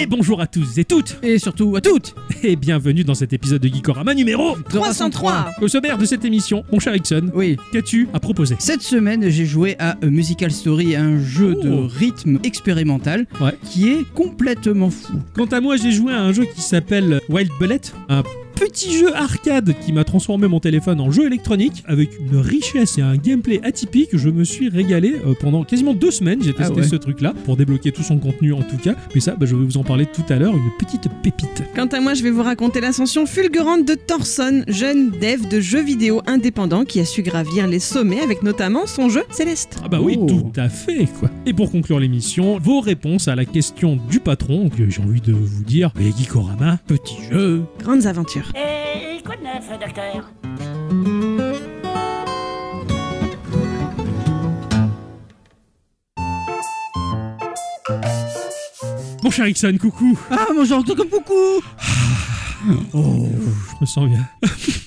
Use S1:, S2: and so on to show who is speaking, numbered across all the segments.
S1: Et bonjour à tous et toutes.
S2: Et surtout à toutes.
S1: Et bienvenue dans cet épisode de Geekorama numéro
S2: 303.
S1: Au sommaire de cette émission, mon cher Ixon,
S2: Oui.
S1: qu'as-tu à proposer?
S2: Cette semaine, j'ai joué à A Musical Story, un jeu de rythme expérimental qui est complètement fou.
S1: Quant à moi, j'ai joué à un jeu qui s'appelle Wild Bullet, un petit jeu arcade qui m'a transformé mon téléphone en jeu électronique avec une richesse et un gameplay atypique. Je me suis régalé pendant quasiment 2 semaines. J'ai testé ce truc-là pour débloquer tout son contenu en tout cas. Mais ça, je vais vous en parler tout à l'heure, une petite pépite.
S3: Quant à moi, je vais vous raconter l'ascension fulgurante de Thorson, jeune dev de jeux vidéo indépendant qui a su gravir les sommets avec notamment son jeu Céleste.
S1: Ah bah oui, tout à fait quoi. Et pour conclure l'émission, vos réponses à la question du patron, que j'ai envie de vous dire, mais Geekorama, petit jeu,
S3: grandes aventures.
S4: Et quoi de neuf, docteur?
S1: Mon cher Ixon, coucou.
S2: Ah, bonjour, tout comme beaucoup.
S1: Oh, je me sens bien.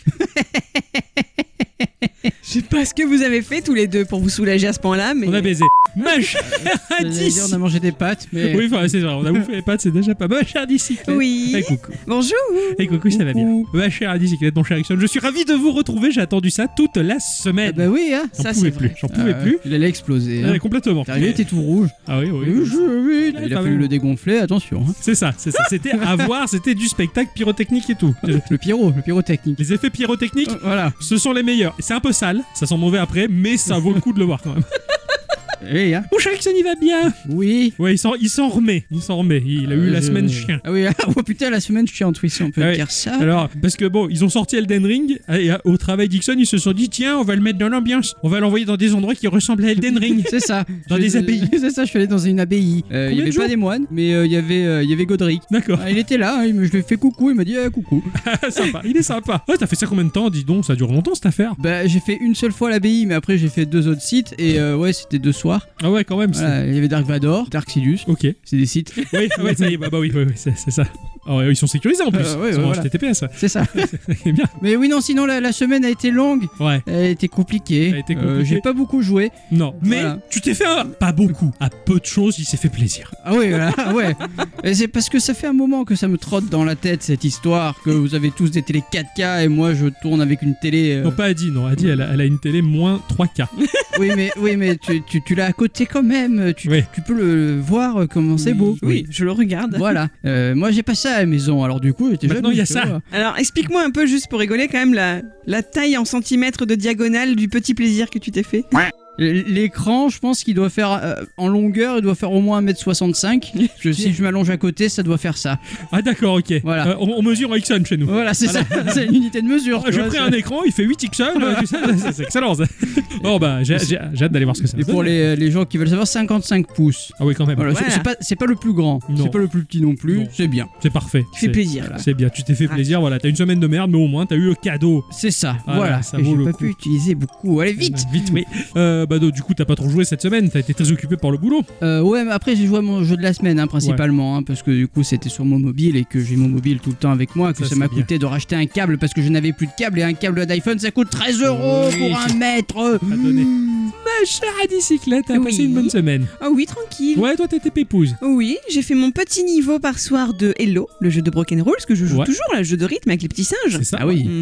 S3: Je sais pas ce que vous avez fait tous les deux pour vous soulager à ce point-là, mais...
S1: On a baisé. Ma chère Adici.
S2: On a mangé des pâtes, mais...
S1: Oui, enfin, c'est vrai, on a bouffé les pâtes, c'est déjà pas mal. Ma chère Adicyclette.
S3: Oui.
S1: Hey, coucou.
S3: Bonjour.
S1: Hey, coucou, ça va bien. Ma chère Adicyclette, mon cher Ixon, je suis ravi de vous retrouver. J'ai attendu ça toute la semaine.
S2: Ah bah oui, hein.
S1: J'en pouvais plus. J'en pouvais plus.
S2: Il allait exploser. Hein.
S1: Complètement.
S2: T'es arrivé, t'es tout rouge.
S1: Ah oui, oui.
S2: Il a fallu le dégonfler, attention. Hein.
S1: C'est ça. C'était à voir, c'était du spectacle pyrotechnique et tout.
S2: Le pyrotechnique.
S1: Les effets pyrotechniques,
S2: voilà.
S1: Ce sont les meilleurs. C'est un peu sale, ça sent mauvais après, mais ça vaut le coup de le voir quand même.
S2: Oui, hein.
S1: Mon cher Ixon, il va bien.
S2: Oui.
S1: Ouais, il s'en remet. Il a eu la semaine chien.
S2: Ah oui, oh putain, la semaine chiante, oui, si on peut dire ça.
S1: Alors, parce que bon, ils ont sorti Elden Ring, et au travail d'Ixon, ils se sont dit, tiens, on va le mettre dans l'ambiance. On va l'envoyer dans des endroits qui ressemblent à Elden Ring.
S2: C'est ça.
S1: Dans des abbayes.
S2: C'est ça, je suis allé dans une abbaye. Il y avait pas des moines, mais il y avait Godric.
S1: D'accord.
S2: Il était là, je lui ai fait coucou, il m'a dit coucou.
S1: Sympa, il est sympa. Ouais, t'as fait ça combien de temps, dis donc? Ça dure longtemps cette affaire?
S2: Bah, j'ai fait une seule fois l'abbaye, mais après j'ai fait 2 autres sites, et ouais, c'était 2 soirs.
S1: Ah ouais, quand même.
S2: Voilà, il y avait Dark Vador, Dark Sidious.
S1: Ok.
S2: C'est des sites.
S1: Oui, ouais, ça y est, bah oui, c'est ça. Oh, ils sont sécurisés en plus.
S2: Ouais,
S1: ils sont
S2: voilà.
S1: HTTPS.
S2: C'est ça.
S1: C'est bien.
S2: Mais oui, non, sinon la semaine a été longue.
S1: Ouais.
S2: Elle a été compliquée. J'ai pas beaucoup joué.
S1: Non. Mais
S2: voilà.
S1: tu t'es fait pas beaucoup. À peu de choses, il s'est fait plaisir.
S2: Ah oui, voilà, ouais. Et c'est parce que ça fait un moment que ça me trotte dans la tête cette histoire, que vous avez tous des télés 4K et moi je tourne avec une télé.
S1: Non, pas Adi, non. Adi, elle a une télé moins 3K.
S2: Oui, mais tu l'as à côté quand même. Tu peux le voir comment c'est beau.
S3: Oui, je le regarde.
S2: Voilà. Moi j'ai pas ça à la maison, alors du coup j'étais
S1: maintenant il y a ça.
S3: Alors explique-moi un peu, juste pour rigoler quand même, la taille en centimètres de diagonale du petit plaisir que tu t'es fait.
S2: L'écran, je pense qu'il doit faire en longueur, il doit faire au moins 1m65. Si je m'allonge à côté, ça doit faire ça.
S1: Ah d'accord, ok.
S2: Voilà.
S1: On mesure en Ixon chez nous.
S2: Voilà, c'est ça. C'est une unité de mesure.
S1: J'ai pris un écran, il fait 8 Ixon. C'est excellent. Bon bah j'ai hâte d'aller voir ce que ça.
S2: Et pour les gens qui veulent savoir, 55 pouces.
S1: Ah oui, quand même.
S2: Voilà, c'est pas le plus grand, c'est pas le plus petit non plus. Non. C'est bien.
S1: C'est parfait.
S3: Tu fais plaisir.
S2: Voilà.
S1: C'est bien. Tu t'es fait plaisir. Voilà, t'as une semaine de merde, mais au moins t'as eu le cadeau.
S2: C'est ça. Voilà.
S1: Ça vaut le coup.
S2: J'ai pas pu utiliser beaucoup. Allez vite.
S1: Vite, oui. Du coup, t'as pas trop joué cette semaine. T'as été très occupé par le boulot.
S2: Ouais, mais après j'ai joué à mon jeu de la semaine principalement, parce que du coup c'était sur mon mobile et que j'ai mon mobile tout le temps avec moi, que ça m'a coûté de racheter un câble parce que je n'avais plus de câble, et un câble d'iPhone ça coûte 13 € pour 1 mètre.
S1: Ma chère Adicyclette, t'as passé une bonne semaine.
S3: Ah oui, tranquille.
S1: Ouais, toi t'étais pépouse.
S3: Oui, j'ai fait mon petit niveau par soir de Hello, le jeu de Broken Rules que je joue toujours, le jeu de rythme avec les petits singes.
S1: C'est ça.
S2: Ah oui.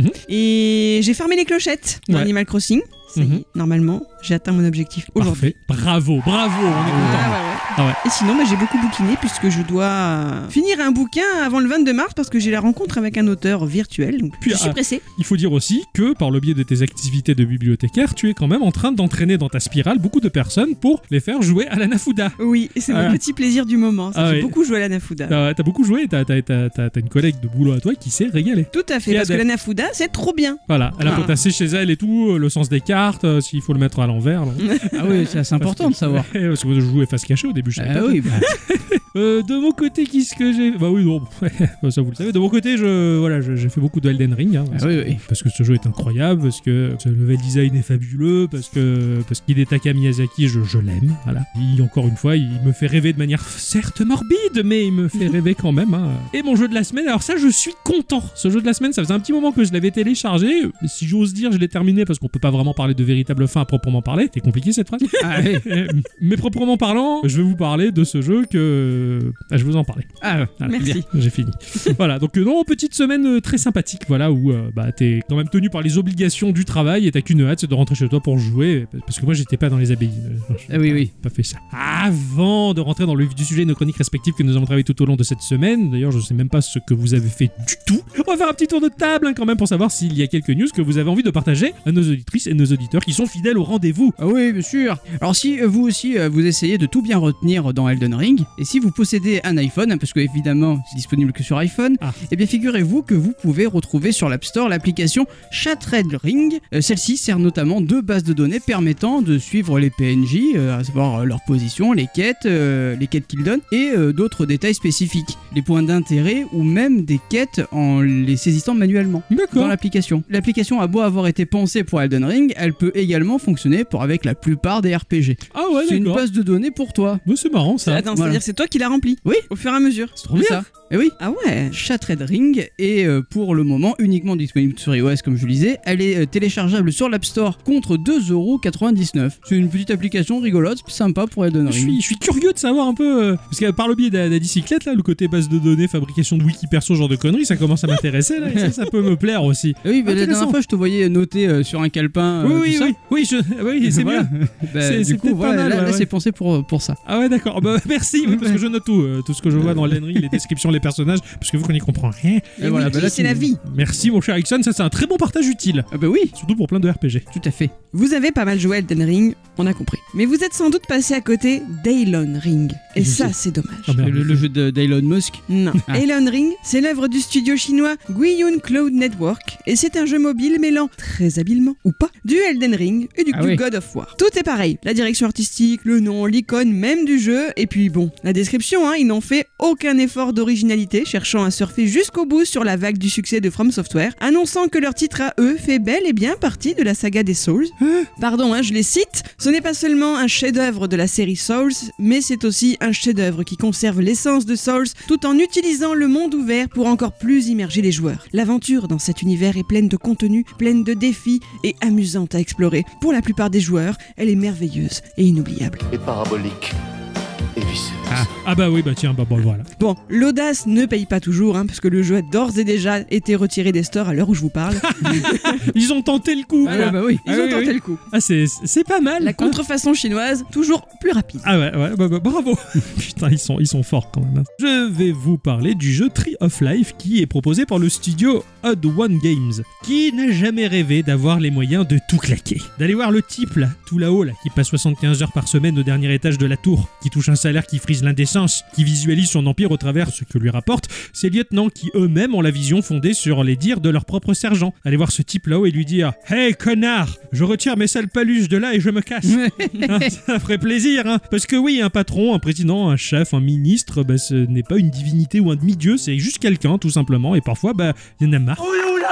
S3: Et j'ai fermé les clochettes d'Animal Crossing. Ça y est, normalement, j'ai atteint mon objectif aujourd'hui.
S1: Bravo, on est content.
S3: Ah ouais. Et sinon, j'ai beaucoup bouquiné puisque je dois finir un bouquin avant le 22 mars parce que j'ai la rencontre avec un auteur virtuel. Donc je suis pressé.
S1: Il faut dire aussi que par le biais de tes activités de bibliothécaire, tu es quand même en train d'entraîner dans ta spirale beaucoup de personnes pour les faire jouer à la Nafuda.
S3: Oui, et c'est mon petit plaisir du moment. J'ai beaucoup joué à la Nafuda.
S1: T'as beaucoup joué, t'as une collègue de boulot à toi qui s'est régalée.
S3: Tout à fait, parce que la Nafuda, c'est trop bien.
S1: Voilà, elle a potassé chez elle et tout, le sens des cartes, s'il faut le mettre à l'envers.
S2: Ah oui, c'est assez important de savoir.
S1: Parce que je jouais face cachée au début, je savais pas.
S2: Oui, bah.
S1: De mon côté, qu'est-ce que j'ai... Bah oui, non, ça vous le savez. De mon côté, j'ai fait beaucoup de Elden Ring. Parce que ce jeu est incroyable, parce que ce level design est fabuleux, parce qu'Hidetaka Miyazaki, je l'aime. Voilà. Et encore une fois, il me fait rêver de manière certes morbide, mais il me fait rêver quand même. Et mon jeu de la semaine, alors ça, je suis content. Ce jeu de la semaine, ça faisait un petit moment que je l'avais téléchargé. Si j'ose dire, je l'ai terminé parce qu'on peut pas vraiment parler de véritable fin à proprement parler. C'est compliqué cette phrase. Mais proprement parlant, je vais vous parler de ce jeu que je vous en parlais.
S2: Ah,
S1: voilà,
S3: merci.
S1: bien, j'ai fini. Voilà, donc non, petite semaine très sympathique, voilà, où t'es quand même tenu par les obligations du travail et t'as qu'une hâte, c'est de rentrer chez toi pour jouer, parce que moi j'étais pas dans les abbayes.
S2: Oui.
S1: Pas fait ça. Avant de rentrer dans le vif du sujet, nos chroniques respectives que nous avons travaillées tout au long de cette semaine, d'ailleurs je sais même pas ce que vous avez fait du tout, on va faire un petit tour de table quand même pour savoir s'il y a quelques news que vous avez envie de partager à nos auditrices et nos auditeurs qui sont fidèles au rendez-vous.
S2: Ah oui, bien sûr. Alors si vous aussi vous essayez de tout bien retenir dans Elden Ring, et si vous possédez un iPhone, parce que évidemment c'est disponible que sur iPhone, eh bien figurez-vous que vous pouvez retrouver sur l'App Store l'application Shattered Ring. Celle-ci sert notamment de base de données permettant de suivre les PNJ, à savoir leur position, les quêtes qu'ils donnent, et d'autres détails spécifiques, les points d'intérêt ou même des quêtes en les saisissant manuellement dans l'application. L'application a beau avoir été pensée pour Elden Ring, elle peut également fonctionner avec la plupart des RPG.
S1: Ah ouais,
S2: c'est une base de données pour toi.
S1: Ouais, c'est marrant ça.
S3: Attends, c'est-à-dire que c'est toi qui l'as rempli?
S2: Oui.
S3: Au fur et à mesure.
S1: C'est trop bien.
S2: Ça. Et oui.
S3: Ah ouais.
S2: Shattered Ring est pour le moment uniquement disponible sur iOS comme je le disais. Elle est téléchargeable sur l'App Store contre 2,99€. C'est une petite application rigolote, sympa pour Elden Ring.
S1: Je suis curieux de savoir un peu, parce que par le biais de la bicyclette, là, le côté base de données, fabrication de wiki perso, genre de conneries, ça commence à m'intéresser là, et ça peut me plaire aussi.
S2: Et oui, mais la dernière fois je te voyais noter sur un calepin.
S1: Oui, c'est
S2: voilà.
S1: Bien.
S2: Du coup, voilà, là c'est pensé pour ça.
S1: Ah ouais, d'accord. Merci, parce que je note tout ce que je vois dans Elden Ring, les descriptions, les personnages, parce que vous qu'on n'y comprend rien.
S3: Et voilà, là, c'est la vie.
S1: Merci mon cher Ixon, ça c'est un très bon partage utile.
S2: Ah bah oui.
S1: Surtout pour plein de RPG.
S2: Tout à fait.
S3: Vous avez pas mal joué à Elden Ring, on a compris. Mais vous êtes sans doute passé à côté d'Elden Ring. Et ça, c'est dommage.
S2: Le jeu d'Elon Musk.
S3: Non. Elden Ring, c'est l'œuvre du studio chinois Guiyun Cloud Network. Et c'est un jeu mobile mêlant, très habilement, ou pas, du Elden Ring et du God of War. Tout est pareil. La direction artistique, le nom, l'icône même du jeu. Et puis bon, la description, ils n'ont fait aucun effort d'originalité, cherchant à surfer jusqu'au bout sur la vague du succès de From Software, annonçant que leur titre à eux fait bel et bien partie de la saga des Souls. Pardon, je les cite, ce n'est pas seulement un chef-d'œuvre de la série Souls, mais c'est aussi un chef-d'œuvre qui conserve l'essence de Souls tout en utilisant le monde ouvert pour encore plus immerger les joueurs. L'aventure dans cet univers est pleine de contenu, pleine de défis et amusante à explorer. Pour la plupart des joueurs, elle est merveilleuse et inoubliable.
S5: Et parabolique. Et viscereuse.
S1: Ah bah oui, bah tiens, bah voilà.
S3: Bon, l'audace ne paye pas toujours, parce que le jeu a d'ores et déjà été retiré des stores à l'heure où je vous parle.
S1: Ils ont tenté le coup.
S2: Ah bah oui.
S3: Ils ont tenté le coup.
S1: Ah c'est pas mal.
S3: La contrefaçon chinoise, toujours plus rapide.
S1: Ah ouais, bah, bravo. Putain, ils sont forts quand même. Je vais vous parler du jeu Tree of Life qui est proposé par le studio Odd One Games. Qui n'a jamais rêvé d'avoir les moyens de tout claquer, d'aller voir le type là, tout là-haut là, qui passe 75 heures par semaine au dernier étage de la tour, qui touche un salaire qui frise l'indécence, qui visualise son empire au travers ce que lui rapportent ses lieutenants qui eux-mêmes ont la vision fondée sur les dires de leur propre sergent. Aller voir ce type là-haut et lui dire « Hey connard, je retire mes sales paluches de là et je me casse !» Ça ferait plaisir, parce que oui, un patron, un président, un chef, un ministre, ce n'est pas une divinité ou un demi-dieu, c'est juste quelqu'un tout simplement, et parfois, il y en a marre.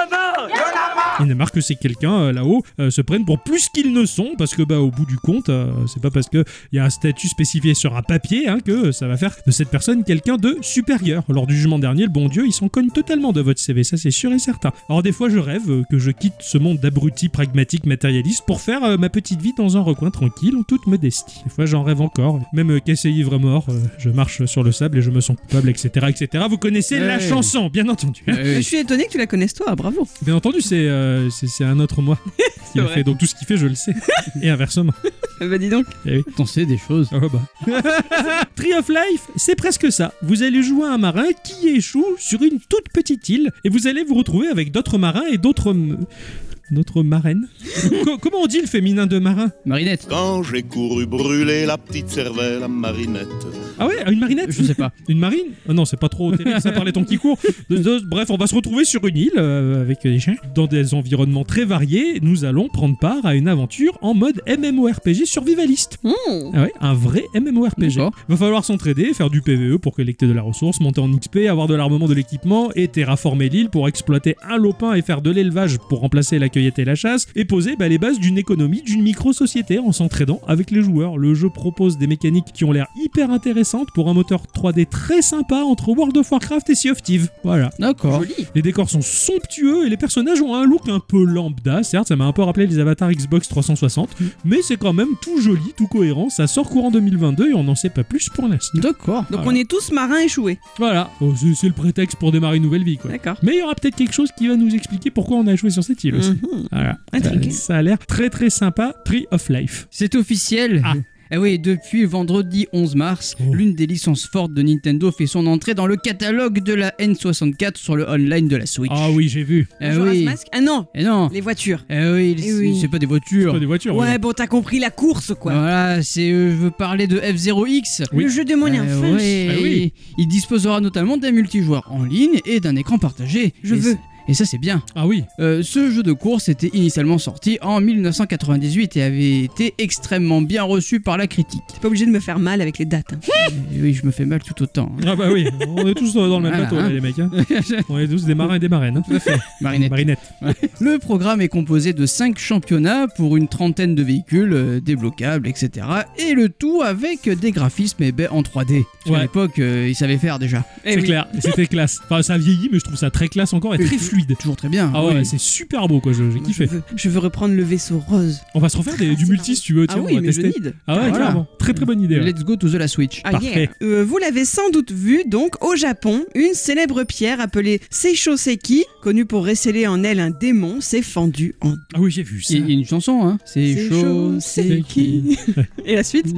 S1: Il y en a marre que c'est quelqu'un là-haut se prennent pour plus qu'ils ne sont, parce que au bout du compte, c'est pas parce qu'il y a un statut spécifié sur un papier que ça va faire de cette personne quelqu'un de supérieur. Lors du jugement dernier, le bon Dieu, il s'en cogne totalement de votre CV, ça c'est sûr et certain. Alors des fois, je rêve que je quitte ce monde d'abrutis pragmatiques matérialistes pour faire ma petite vie dans un recoin tranquille en toute modestie. Des fois, j'en rêve encore, même qu'essayer ivre mort, je marche sur le sable et je me sens coupable, etc., etc. Vous connaissez la chanson, bien entendu.
S3: Je suis étonné que tu la connaisses toi, bravo.
S1: Bien entendu, c'est un autre moi qui le fait, donc tout ce qu'il fait, je le sais. Et inversement.
S3: Bah dis donc.
S2: Oui. T'en sais des choses.
S1: Oh bah. Tree of Life, c'est presque ça. Vous allez jouer un marin qui échoue sur une toute petite île et vous allez vous retrouver avec d'autres marins et d'autres marraines. Comment on dit le féminin de marin?
S2: Marinette.
S5: Quand j'ai couru brûler la petite cervelle à Marinette.
S1: Ah ouais, une marinette?
S2: Je sais pas.
S1: Une marine? Non, c'est pas trop terrible, ça parlait ton qui court. Bref, on va se retrouver sur une île avec des chiens, dans des environnements très variés. Nous allons prendre part à une aventure en mode MMORPG survivaliste. Ah ouais, un vrai MMORPG.
S2: D'accord.
S1: Va falloir s'entraider, faire du PVE pour collecter de la ressource, monter en XP, avoir de l'armement, de l'équipement et terraformer l'île pour exploiter un lopin et faire de l'élevage pour remplacer la cueillette et la chasse et poser les bases d'une économie, d'une micro-société en s'entraidant avec les joueurs. Le jeu propose des mécaniques qui ont l'air hyper intéressantes 60 pour un moteur 3D très sympa entre World of Warcraft et Sea of Thieves. Voilà.
S2: D'accord.
S3: Joli.
S1: Les décors sont somptueux et les personnages ont un look un peu lambda. Certes, ça m'a un peu rappelé les avatars Xbox 360, mais c'est quand même tout joli, tout cohérent. Ça sort courant 2022 et on n'en sait pas plus pour l'instant.
S2: D'accord.
S3: Donc
S1: Voilà.
S3: on est tous marins échoués.
S1: Voilà, oh, c'est le prétexte pour démarrer une nouvelle vie, quoi.
S3: D'accord.
S1: Mais il y aura peut-être quelque chose qui va nous expliquer pourquoi on a joué sur cette île aussi. Voilà.
S3: Intrigué.
S1: Ça a l'air très très sympa. Tree of Life.
S2: C'est officiel.
S1: Ah.
S2: Eh oui, depuis vendredi 11 mars, l'une des licences fortes de Nintendo fait son entrée dans le catalogue de la N64 sur le online de la Switch.
S1: Ah oui, j'ai vu.
S3: Majora's
S2: oui.
S3: Mask. Ah non,
S2: Eh non.
S3: les voitures.
S2: Eh oui,
S3: Eh oui.
S2: c'est pas des voitures.
S1: Pas des voitures.
S3: Ouais, bon, t'as compris la course, quoi.
S2: Voilà, c'est je veux parler de F-Zero-X.
S1: Oui.
S3: Le jeu de mon enfance.
S2: Ouais.
S1: Ah oui.
S2: Il disposera notamment d'un multijoueur en ligne et d'un écran partagé.
S3: Je veux.
S2: Et ça, c'est bien.
S1: Ah oui.
S2: Ce jeu de course était initialement sorti en 1998 et avait été extrêmement bien reçu par la critique.
S3: T'es pas obligé de me faire mal avec les dates. hein.
S2: Et oui, je me fais mal tout autant. hein.
S1: Ah bah oui, on est tous dans le même
S2: Voilà,
S1: bateau, là,
S2: hein.
S1: les mecs. Hein. On est tous des marins et des marraines. Hein. Tout à fait.
S2: Marinette.
S1: Marinette.
S2: Le programme est composé de 5 championnats pour une trentaine de véhicules débloquables, etc. Et le tout avec des graphismes en 3D. Parce qu'à
S1: Ouais.
S2: l'époque, ils savaient faire déjà.
S3: Eh
S1: C'est
S3: oui.
S1: clair, et c'était classe. Enfin, ça vieillit, mais je trouve ça très classe encore et très fluide.
S2: Toujours très bien.
S1: Ah ouais,
S2: oui.
S1: c'est super beau, quoi. J'ai
S3: Moi,
S1: kiffé.
S3: je veux reprendre le vaisseau rose.
S1: On va se refaire du
S3: c'est
S1: multi si tu veux.
S3: Ah
S1: Tiens,
S3: oui,
S1: on va
S3: mais je
S1: tester.
S3: need.
S1: Ah ouais,
S2: Voilà.
S1: clairement. Très très bonne idée. ouais.
S2: Let's go to the la Switch.
S3: Ah,
S1: Parfait.
S3: yeah. Vous l'avez sans doute vu, donc, au Japon, une célèbre pierre appelée Seishoseki, connue pour récéler en elle un démon, s'est fendue en
S1: Ah oui, j'ai vu ça.
S2: Il y a une chanson, hein. C'est chaud, c'est qui.
S3: Et la suite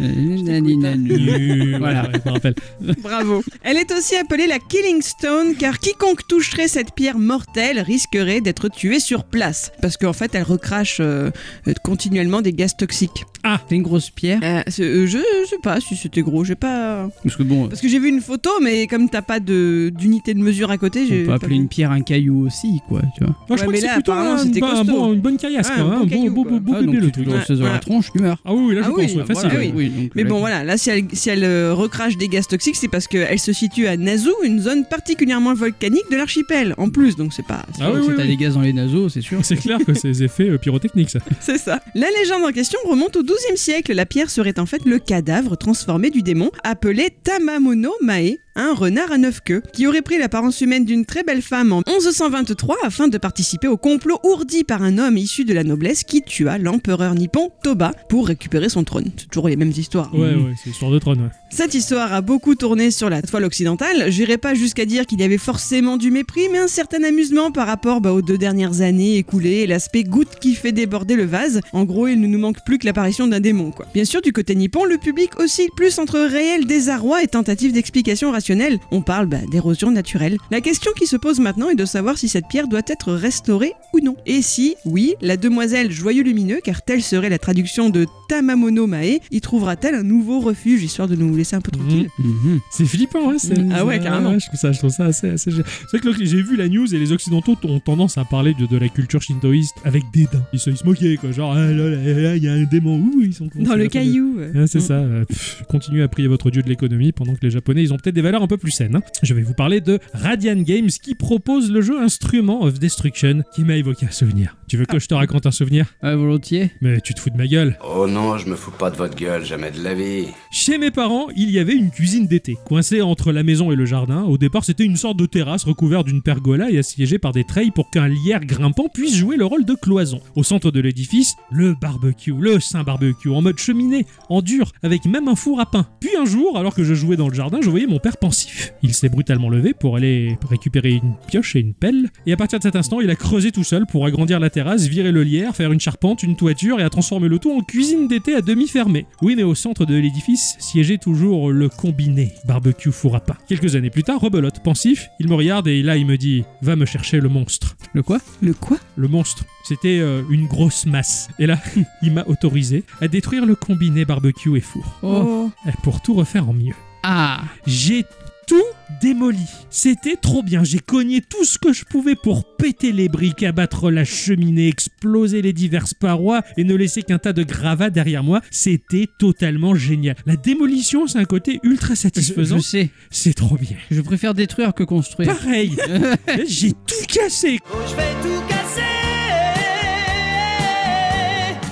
S1: Voilà, ouais, je me rappelle.
S3: Bravo. Elle est aussi appelée la Killing Stone, car quiconque toucherait cette pierre mortelle risquerait d'être tué sur place. Parce qu'en fait, elle recrache continuellement des gaz toxiques.
S2: C'est une grosse pierre.
S3: Je sais pas si c'était gros, j'ai pas...
S2: Parce que bon,
S3: Parce que j'ai vu une photo, mais comme t'as pas d'unité de mesure à côté, j'ai
S2: on peut
S3: pas
S2: appeler
S3: vu.
S2: une pierre un caillou aussi, quoi, tu vois.
S1: Moi, je
S3: Ouais,
S1: crois
S3: mais
S1: que c'est
S3: là,
S1: plutôt
S3: apparemment, c'était costaud.
S1: une bonne caillasse,
S3: Ouais,
S1: quand
S3: un
S1: même.
S3: bon
S1: Un
S3: caillou,
S1: beau
S3: quoi.
S1: bébé,
S2: donc
S1: le
S2: tu
S1: truc.
S2: te lances dans la
S3: Ouais.
S2: tronche, tu meurs.
S1: Ah oui, là, je
S3: Ah oui,
S1: pense, ouais,
S3: voilà,
S1: facile.
S3: oui.
S2: donc,
S3: Mais bon, voilà, là, si elle recrache des gaz toxiques, c'est parce qu'elle se situe à Nazu, une zone particulièrement volcanique de l'archipel. En plus, donc c'est pas...
S1: Ah oui,
S2: si
S1: oui,
S2: t'as
S1: oui.
S2: des gaz dans les naseaux, c'est sûr.
S1: C'est clair que c'est des effets pyrotechniques, ça.
S3: C'est ça. La légende en question remonte au XIIe siècle. La pierre serait en fait le cadavre transformé du démon appelé Tamamono Mae, un renard à 9 queues, qui aurait pris l'apparence humaine d'une très belle femme en 1123 afin de participer au complot ourdi par un homme issu de la noblesse qui tua l'empereur nippon Toba pour récupérer son trône. C'est toujours les mêmes histoires.
S1: Ouais, ouais, c'est histoire de trône, ouais.
S3: Cette histoire a beaucoup tourné sur la toile occidentale. J'irai pas jusqu'à dire qu'il y avait forcément du mépris, mais un certain amusement par rapport aux 2 dernières années écoulées et l'aspect goutte qui fait déborder le vase. En gros, il ne nous manque plus que l'apparition d'un démon, quoi. Bien sûr, du côté nippon, le public oscille plus entre réel désarroi et tentative d'explication rationnelle. On parle d'érosion naturelle. La question qui se pose maintenant est de savoir si cette pierre doit être restaurée ou non. Et si, oui, la demoiselle Joyeux Lumineux, car telle serait la traduction de Tamamono Mae, y trouvera-t-elle un nouveau refuge, histoire de nous laisser un peu tranquille.
S1: C'est flippant, hein.
S3: Ah ouais, carrément.
S1: Je trouve ça assez génial. C'est vrai que j'ai vu la news et les occidentaux ont tendance à parler de la culture shintoïste avec dédain. Ils se moquaient, quoi. Genre, ah là là, il y a un démon. Ouh, ils sont cons,
S3: Dans
S1: c'est
S3: le
S1: la fin de-
S3: caillou.
S1: Ah, c'est ça. Continuez à prier votre dieu de l'économie pendant que les Japonais, ils ont peut-être des valeurs un peu plus saines. Hein. Je vais vous parler de Radiant Games qui propose le jeu Instrument of Destruction qui m'a évoqué un souvenir. Tu veux que je te raconte un souvenir?
S2: Volontiers.
S1: Mais tu te fous de ma gueule.
S6: Oh non, je me fous pas de votre gueule, jamais de la vie.
S1: Chez mes parents, il y avait une cuisine d'été, coincée entre la maison et le jardin. Au départ, c'était une sorte de terrasse recouverte d'une pergola et assiégée par des treilles pour qu'un lierre grimpant puisse jouer le rôle de cloison. Au centre de l'édifice, le barbecue, le saint barbecue, en mode cheminée, en dur, avec même un four à pain. Puis un jour, alors que je jouais dans le jardin, je voyais mon père pensif. Il s'est brutalement levé pour aller récupérer une pioche et une pelle, et à partir de cet instant, il a creusé tout seul pour agrandir la terrasse, virer le lierre, faire une charpente, une toiture et a transformé le tout en cuisine d'été à demi fermée. Oui, mais au centre de l'édifice siégeait toujours le combiné barbecue four à pain. Quelques années plus tard, rebelote, pensif, il me regarde et là il me dit « Va me chercher le monstre ».
S2: Le quoi?
S3: Le quoi?
S1: Le monstre, c'était une grosse masse. Et là, il m'a autorisé à détruire le combiné barbecue et four.
S2: Oh.
S1: Pour tout refaire en mieux.
S2: Ah.
S1: J'ai tout démoli. C'était trop bien. J'ai cogné tout ce que je pouvais pour péter les briques, abattre la cheminée, exploser les diverses parois et ne laisser qu'un tas de gravats derrière moi. C'était totalement génial. La démolition, c'est un côté ultra satisfaisant.
S2: Je sais.
S1: C'est trop bien.
S2: Je préfère détruire que construire.
S1: Pareil. J'ai tout cassé.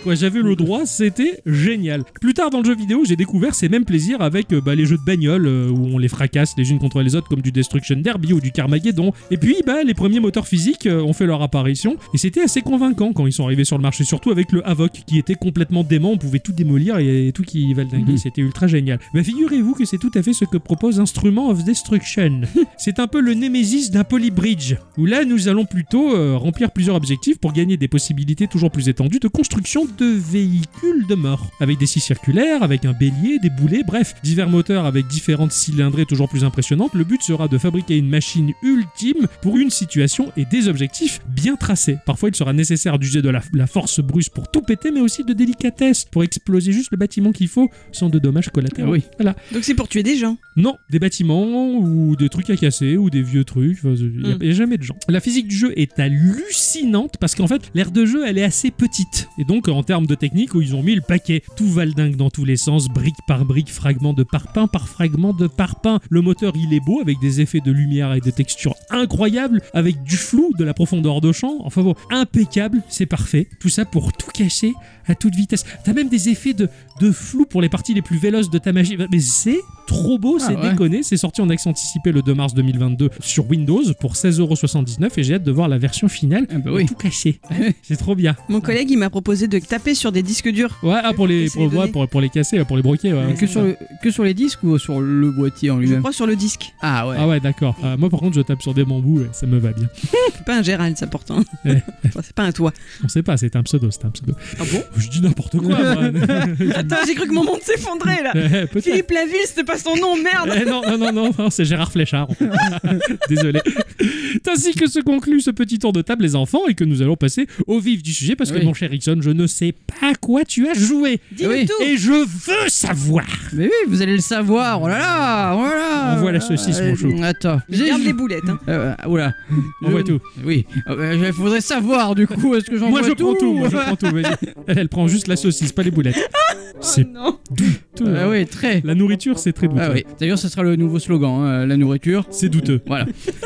S1: quoi. J'avais le droit, c'était génial. Plus tard dans le jeu vidéo, j'ai découvert ces mêmes plaisirs avec les jeux de bagnole où on les fracasse les unes contre les autres comme du Destruction Derby ou du Carmageddon. Et puis les premiers moteurs physiques ont fait leur apparition et c'était assez convaincant quand ils sont arrivés sur le marché, surtout avec le Havok qui était complètement dément, on pouvait tout démolir et tout qui valdinguait, c'était ultra génial. Figurez-vous que c'est tout à fait ce que propose Instrument of Destruction. C'est un peu le Nemesis d'un Polybridge, où là nous allons plutôt remplir plusieurs objectifs pour gagner des possibilités toujours plus étendues de construction de véhicules de mort, avec des scies circulaires, avec un bélier, des boulets, bref, divers moteurs avec différentes cylindrées toujours plus impressionnantes. Le but sera de fabriquer une machine ultime pour une situation et des objectifs bien tracés. Parfois il sera nécessaire d'user de la force brusque pour tout péter, mais aussi de délicatesse pour exploser juste le bâtiment qu'il faut sans de dommages collatéraux.
S2: Oui.
S1: Voilà.
S3: Donc c'est pour tuer des gens?
S1: Non, des bâtiments ou des trucs à casser ou des vieux trucs. Il n'y a jamais de gens. La physique du jeu est hallucinante parce qu'en fait, l'aire de jeu, elle est assez petite. Et donc, en termes de technique, où ils ont mis le paquet, tout valdingue dans tous les sens, brique par brique, fragment de parpaing par fragment de parpaing. Le moteur, il est beau avec des effets de lumière et de textures incroyables, avec du flou, de la profondeur de champ. Enfin bon, impeccable, c'est parfait. Tout ça pour tout cacher à toute vitesse. T'as même des effets de flou pour les parties les plus véloces de ta magie. Mais c'est trop beau, c'est déconné. C'est sorti en accès anticipé le 2 mars 2022 sur Windows pour 16,79€ et j'ai hâte de voir la version finale. Tout caché. C'est trop bien.
S3: Mon collègue, il m'a proposé de taper sur des disques durs.
S1: Ouais, pour les casser, pour les broquer. Ouais,
S2: que sur les disques ou sur le boîtier en lui-même?
S3: Je crois sur le disque.
S2: Ah ouais.
S1: Ah ouais, d'accord. Moi par contre, je tape sur des bambous et ça me va bien.
S3: C'est pas un Gérald, ça pourtant. Enfin, c'est pas un toit.
S1: On sait pas, c'est un pseudo.
S3: Ah bon?
S1: Je dis n'importe quoi, moi.
S3: Attends, j'ai cru que mon monde s'effondrait là. Philippe Laville, c'était pas son nom, merde.
S1: Non, c'est Gérard Fléchard. Désolé. C'est ainsi que se conclut ce petit tour de table, les enfants, et que nous allons passer au vif du sujet parce que mon cher Ixon, je ne sais pas à quoi tu as joué.
S3: Dis-le tout.
S1: Et je veux savoir.
S2: Mais oui, vous allez le savoir. Oh là là, voilà.
S1: On voit la saucisse, mon chou.
S2: Attends.
S3: Garde les boulettes.
S2: Oula.
S1: On voit tout.
S2: Oui. Il faudrait savoir du coup. Est-ce que j'en vois tout?
S1: Moi je prends tout. Vas-y. Elle prend juste la saucisse, pas les boulettes. C'est douteux.
S2: Oui, très.
S1: La nourriture, c'est très douteux.
S2: Ah oui. D'ailleurs, ce sera le nouveau slogan. La nourriture,
S1: c'est douteux.
S2: Voilà.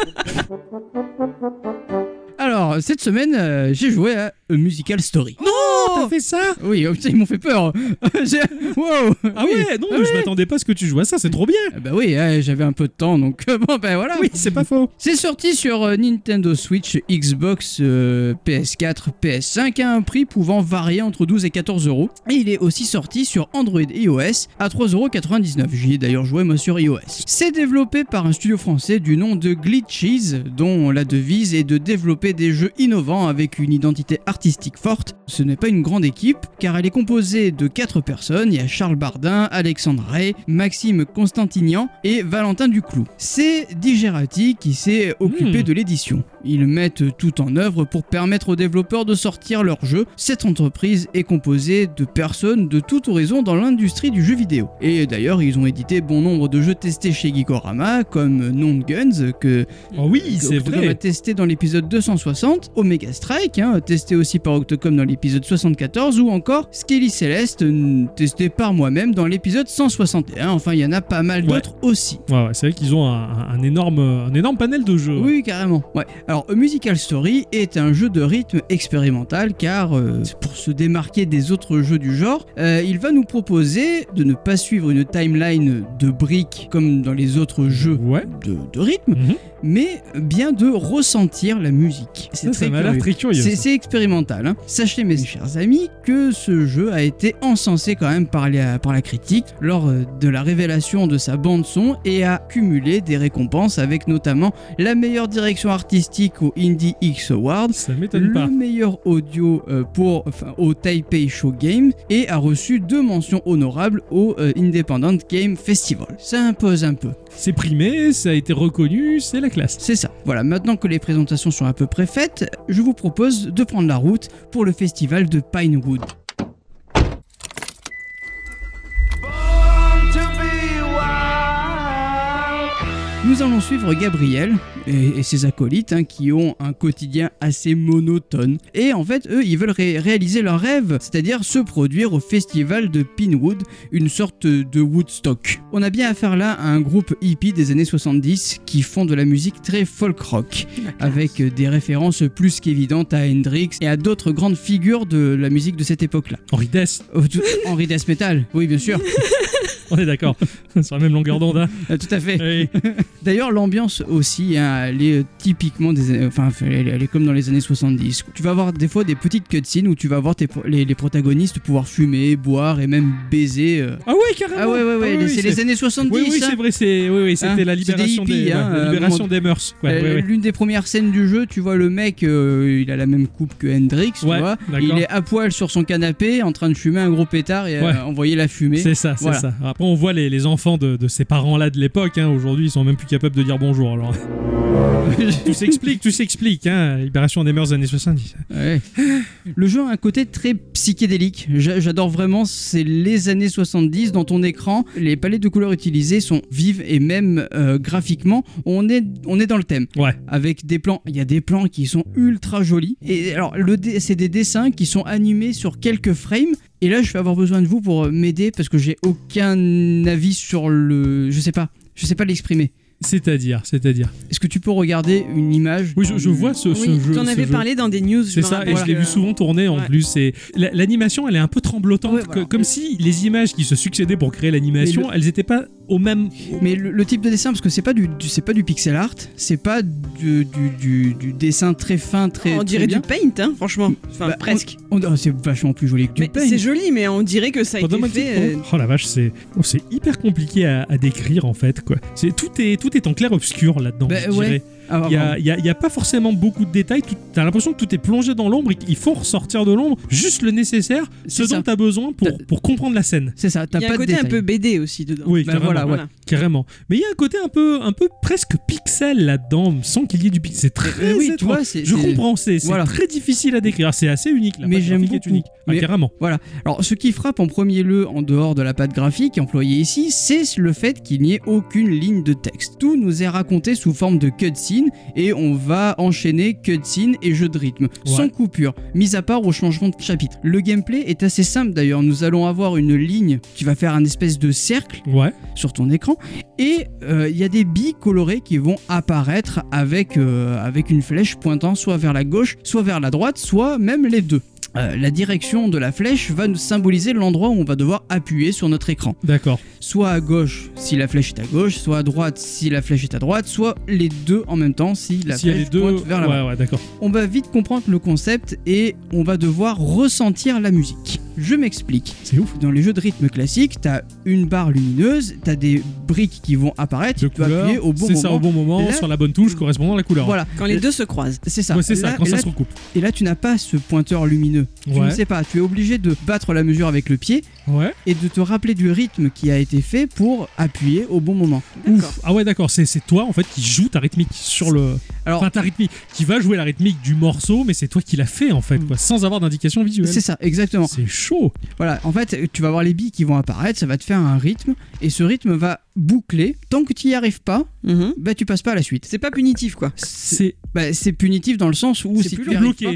S2: Alors, cette semaine, j'ai joué à A Musical Story.
S1: Non, t'as fait ça?
S2: Oui, ils m'ont fait peur. Wow.
S1: Ah ouais, non, je m'attendais pas à ce que tu joues à ça, c'est trop bien.
S2: Bah oui, j'avais un peu de temps, donc bon, ben voilà.
S1: Oui, c'est pas faux.
S2: C'est sorti sur Nintendo Switch, Xbox, PS4, PS5 à un prix pouvant varier entre 12 et 14€. Et il est aussi sorti sur Android et iOS à 3,99€. J'y ai d'ailleurs joué moi sur iOS. C'est développé par un studio français du nom de Glitches, dont la devise est de développer des jeux innovants avec une identité artistique forte. Ce n'est pas une grande équipe, car elle est composée de 4 personnes. Il y a Charles Bardin, Alexandre Ray, Maxime Constantinian et Valentin Duclou. C'est Digerati qui s'est occupé de l'édition. Ils mettent tout en œuvre pour permettre aux développeurs de sortir leurs jeux. Cette entreprise est composée de personnes de tout horizon dans l'industrie du jeu vidéo. Et d'ailleurs, ils ont édité bon nombre de jeux testés chez Geekorama, comme Non Guns, que Octocom a testé dans l'épisode 260, Omega Strike, testé aussi par Octocom dans l'épisode 74, ou encore Skelly Celeste, testé par moi-même dans l'épisode 161. Enfin, il y en a pas mal d'autres aussi.
S1: Ouais, c'est vrai qu'ils ont un énorme panel de jeux.
S2: Oui, carrément. Ouais. Alors, A Musical Story est un jeu de rythme expérimental, car pour se démarquer des autres jeux du genre, il va nous proposer de ne pas suivre une timeline de briques comme dans les autres jeux de rythme, mais bien de ressentir la musique.
S1: Ça m'a l'air très curieux.
S2: C'est expérimental. Sachez, mes chers amis, que ce jeu a été encensé quand même par la critique lors de la révélation de sa bande-son et a cumulé des récompenses avec notamment la meilleure direction artistique au Indie X Awards,
S1: ça m'étonne pas,
S2: le meilleur audio au Taipei Show Game et a reçu 2 mentions honorables au Independent Game Festival. Ça impose un peu.
S1: C'est primé, ça a été reconnu, c'est la classe.
S2: C'est ça. Voilà, maintenant que les présentations sont à peu près faites, je vous propose de prendre la route pour le festival de Pinewood. Nous allons suivre Gabriel et ses acolytes qui ont un quotidien assez monotone. Et en fait, eux, ils veulent réaliser leur rêve, c'est-à-dire se produire au festival de Pinewood, une sorte de Woodstock. On a bien affaire là à un groupe hippie des années 70 qui font de la musique très folk rock, avec des références plus qu'évidentes à Hendrix et à d'autres grandes figures de la musique de cette époque-là.
S1: Henry Death.
S2: Henry Death Metal, oui bien sûr.
S1: On est d'accord, sur la même longueur d'onde. Hein.
S2: Tout à fait.
S1: Oui.
S2: D'ailleurs, l'ambiance aussi, elle est typiquement elle est comme dans les années 70. Tu vas avoir des fois des petites cutscenes où tu vas voir les protagonistes pouvoir fumer, boire et même baiser.
S1: Ah ouais, carrément.
S2: Ah ouais, c'est les années 70.
S1: Oui, c'est vrai, c'était la libération des mœurs.
S2: L'une des premières scènes du jeu, tu vois le mec, il a la même coupe que Hendrix, tu vois. Il est à poil sur son canapé en train de fumer un gros pétard et envoyer la fumée.
S1: C'est ça, c'est ça. Après, on voit les enfants de ces parents-là de l'époque. Aujourd'hui, ils sont même plus capables de dire bonjour. Alors, tout s'explique. Libération des mœurs des années 70.
S2: Ouais. Le jeu a un côté très psychédélique. J'adore vraiment. C'est les années 70 dans ton écran. Les palettes de couleurs utilisées sont vives et même graphiquement, on est dans le thème.
S1: Ouais.
S2: Avec des plans. Il y a des plans qui sont ultra jolis. Et alors, c'est des dessins qui sont animés sur quelques frames. Et là, je vais avoir besoin de vous pour m'aider parce que j'ai aucun avis sur le... Je sais pas l'exprimer.
S1: C'est-à-dire
S2: Est-ce que tu peux regarder une image?
S1: Oui, je vois ce jeu.
S3: Tu en avais parlé dans des news.
S1: C'est ça, et je l'ai vu souvent tourner en plus. L'animation, elle est un peu tremblotante, comme si les images qui se succédaient pour créer l'animation, elles n'étaient pas au même...
S2: Mais le type de dessin, parce que c'est pas du pixel art, c'est pas du dessin très fin, très...
S3: On dirait
S2: bien.
S3: du paint, franchement. Enfin, presque.
S2: C'est vachement plus joli que du paint.
S3: C'est joli, mais on dirait que ça a été fait...
S1: Oh la vache, c'est hyper compliqué à décrire en fait, quoi. Tout est en clair-obscur là-dedans, je dirais. Il y a pas forcément beaucoup de détails. T'as l'impression que tout est plongé dans l'ombre et qu'il faut ressortir de l'ombre juste le nécessaire, ce dont t'as besoin pour comprendre la scène.
S2: C'est ça.
S3: Il y a un côté un peu BD aussi dedans.
S1: Oui, carrément. Mais il y a un côté un peu presque pixel là-dedans, sans qu'il y ait du pixel. C'est très étrange. Je comprends. C'est très difficile à décrire. C'est assez unique. La patte graphique est unique. Carrément.
S2: Voilà. Alors, ce qui frappe en premier lieu, en dehors de la patte graphique employée ici, c'est le fait qu'il n'y ait aucune ligne de texte. Tout nous est raconté sous forme de cutscene et on va enchaîner cutscene et jeu de rythme sans coupure, mis à part au changement de chapitre. Le gameplay est assez simple d'ailleurs. Nous allons avoir une ligne qui va faire un espèce de cercle sur ton écran et il y a des billes colorées qui vont apparaître avec une flèche pointant soit vers la gauche, soit vers la droite, soit même les deux. La direction de la flèche va nous symboliser l'endroit où on va devoir appuyer sur notre écran.
S1: D'accord.
S2: Soit à gauche si la flèche est à gauche, soit à droite si la flèche est à droite, soit les deux en même temps si la flèche pointe vers là-bas.
S1: Ouais, d'accord.
S2: On va vite comprendre le concept et on va devoir ressentir la musique. Je m'explique.
S1: C'est ouf.
S2: Dans les jeux de rythme classiques, t'as une barre lumineuse, t'as des briques qui vont apparaître, tu vas appuyer au bon moment.
S1: C'est ça, au bon moment, là, sur la bonne touche correspondant à la couleur.
S2: Voilà.
S3: Quand les deux se croisent.
S2: C'est ça.
S1: Ouais, c'est ça, quand ça se recoupe.
S2: Et là, tu n'as pas ce pointeur lumineux. Tu ne sais pas, tu es obligé de battre la mesure avec le pied et de te rappeler du rythme qui a été fait pour appuyer au bon moment.
S1: Ah ouais, d'accord, c'est toi en fait qui joue ta rythmique sur le... Enfin, ta rythmique, qui va jouer la rythmique du morceau, mais c'est toi qui l'as fait en fait, quoi, sans avoir d'indication visuelle.
S2: C'est ça, exactement.
S1: C'est chaud.
S2: Voilà, en fait, tu vas avoir les billes qui vont apparaître, ça va te faire un rythme, et ce rythme va boucler. Tant que tu n'y arrives pas, tu passes pas à la suite.
S3: C'est pas punitif, quoi.
S2: C'est punitif dans le sens où si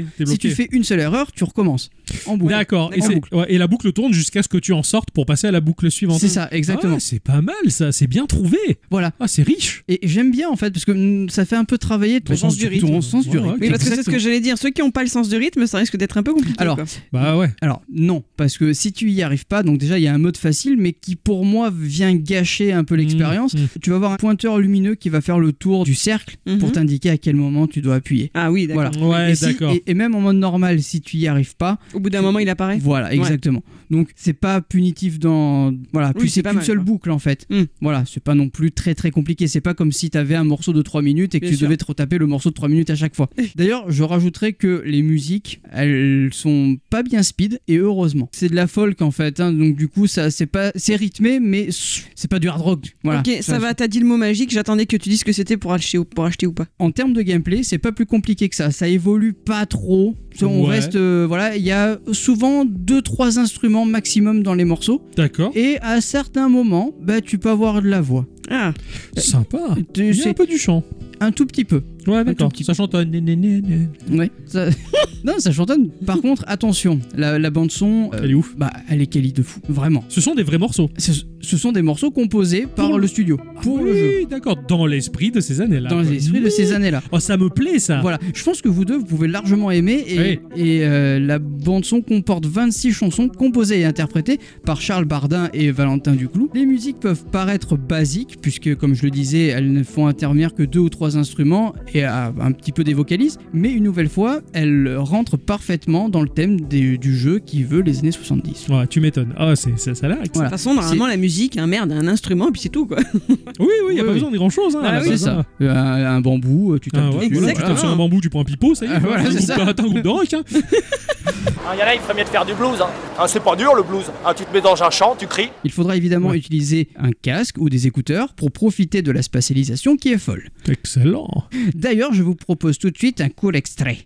S2: tu fais une seule erreur, tu recommences en boucle.
S1: D'accord. Et la boucle tourne jusqu'à ce que tu en sortes pour passer à la boucle suivante.
S2: C'est ça, exactement.
S1: Ah, c'est pas mal ça, c'est bien trouvé.
S2: Voilà.
S1: Ah, c'est riche.
S2: Et j'aime bien en fait parce que ça fait un peu travailler ton sens du rythme.
S3: Oui, parce que c'est ce que j'allais dire. Ceux qui n'ont pas le sens du rythme, ça risque d'être un peu compliqué.
S2: Alors, Alors non, parce que si tu y arrives pas, donc déjà il y a un mode facile, mais qui pour moi vient gâcher un peu l'expérience. Tu vas avoir un pointeur lumineux qui va faire le tour du cercle pour t'indiquer à quel moment tu dois appuyer.
S3: Ah oui, d'accord.
S1: Voilà. Ouais, d'accord.
S2: Et même en mode normal, si tu y arrives pas,
S3: au bout d'un moment il apparaît.
S2: Voilà, exactement. Donc c'est pas punitif dans puis c'est qu'une seule boucle en fait. Voilà, c'est pas non plus très très compliqué. C'est pas comme si t'avais un morceau de 3 minutes et que tu devais te retaper le morceau de 3 minutes à chaque fois. D'ailleurs, je rajouterais que les musiques, elles sont pas bien speed et heureusement. C'est de la folk en fait, donc du coup c'est rythmé mais c'est pas du hard rock. Voilà.
S3: Ok, ça va, t'as dit le mot magique, j'attendais que tu dises que c'était pour acheter ou pas.
S2: En termes de gameplay, c'est pas plus compliqué que ça évolue pas trop. On reste, il y a souvent 2-3 instruments maximum dans les morceaux.
S1: D'accord.
S2: Et à certains moments, tu peux avoir de la voix.
S3: Ah.
S1: Sympa. Il y a un peu du chant.
S2: Un tout petit peu.
S1: Ouais, d'accord. Ça chantonne.
S2: Ouais. Non, ça chantonne. Par contre, attention, la bande son,
S1: elle est ouf.
S2: Bah, elle est quali de fou, vraiment.
S1: Ce sont des vrais morceaux.
S2: Ce sont des morceaux composés par le studio pour le jeu.
S1: Oui, d'accord. Dans l'esprit de ces années-là.
S2: Dans l'esprit de ces années-là.
S1: Oh, ça me plaît, ça.
S2: Voilà. Je pense que vous deux, vous pouvez largement aimer. Et la bande son comporte 26 chansons composées et interprétées par Charles Bardin et Valentin Duclou. Les musiques peuvent paraître basiques puisque, comme je le disais, elles ne font intervenir que 2 ou 3 instruments et un petit peu des vocalises, mais une nouvelle fois, elles rentrent parfaitement dans le thème du jeu qui veut les années 70.
S1: Ouais, tu m'étonnes. Ah, ça a l'air.
S3: De toute façon, normalement, la musique, un instrument, puis c'est tout, quoi.
S1: Oui, il n'y a pas besoin de grand-chose. Hein,
S2: c'est ça. Un bambou, tu tapes dessus.
S1: Tu tapes sur un bambou, tu prends un pipeau, ça y est.
S2: Voilà, c'est ça.
S1: T'as un groupe de rock. Hein.
S7: Il y en a, il ferait mieux de faire du blues. C'est pas dur, le blues. Tu te mets dans un champ, tu cries.
S2: Il faudra évidemment utiliser un casque ou des écouteurs pour profiter de la spatialisation qui est folle.
S1: Excellent.
S2: D'ailleurs, je vous propose tout de suite un court extrait.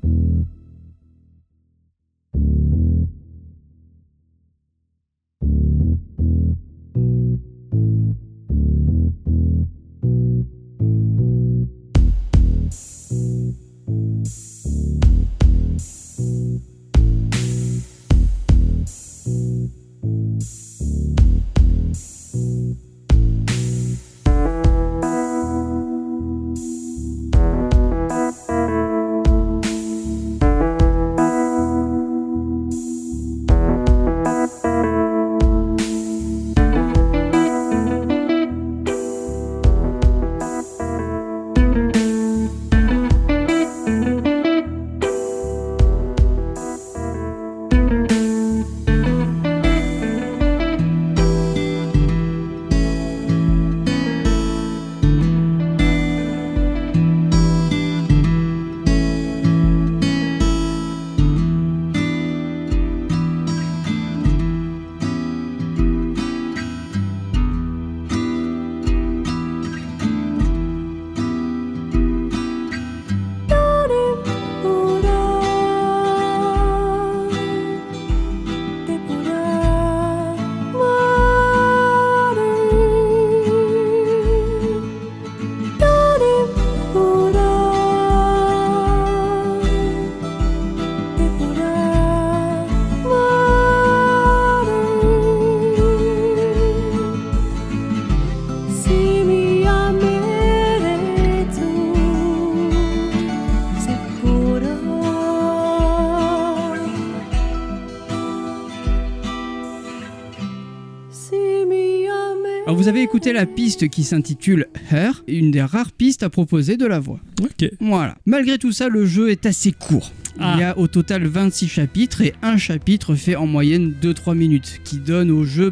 S2: Alors vous avez écouté la piste qui s'intitule Her, une des rares pistes à proposer de la voix.
S1: Ok.
S2: Voilà. Malgré tout ça, le jeu est assez court. Il y a au total 26 chapitres et un chapitre fait en moyenne 2-3 minutes, qui donne au jeu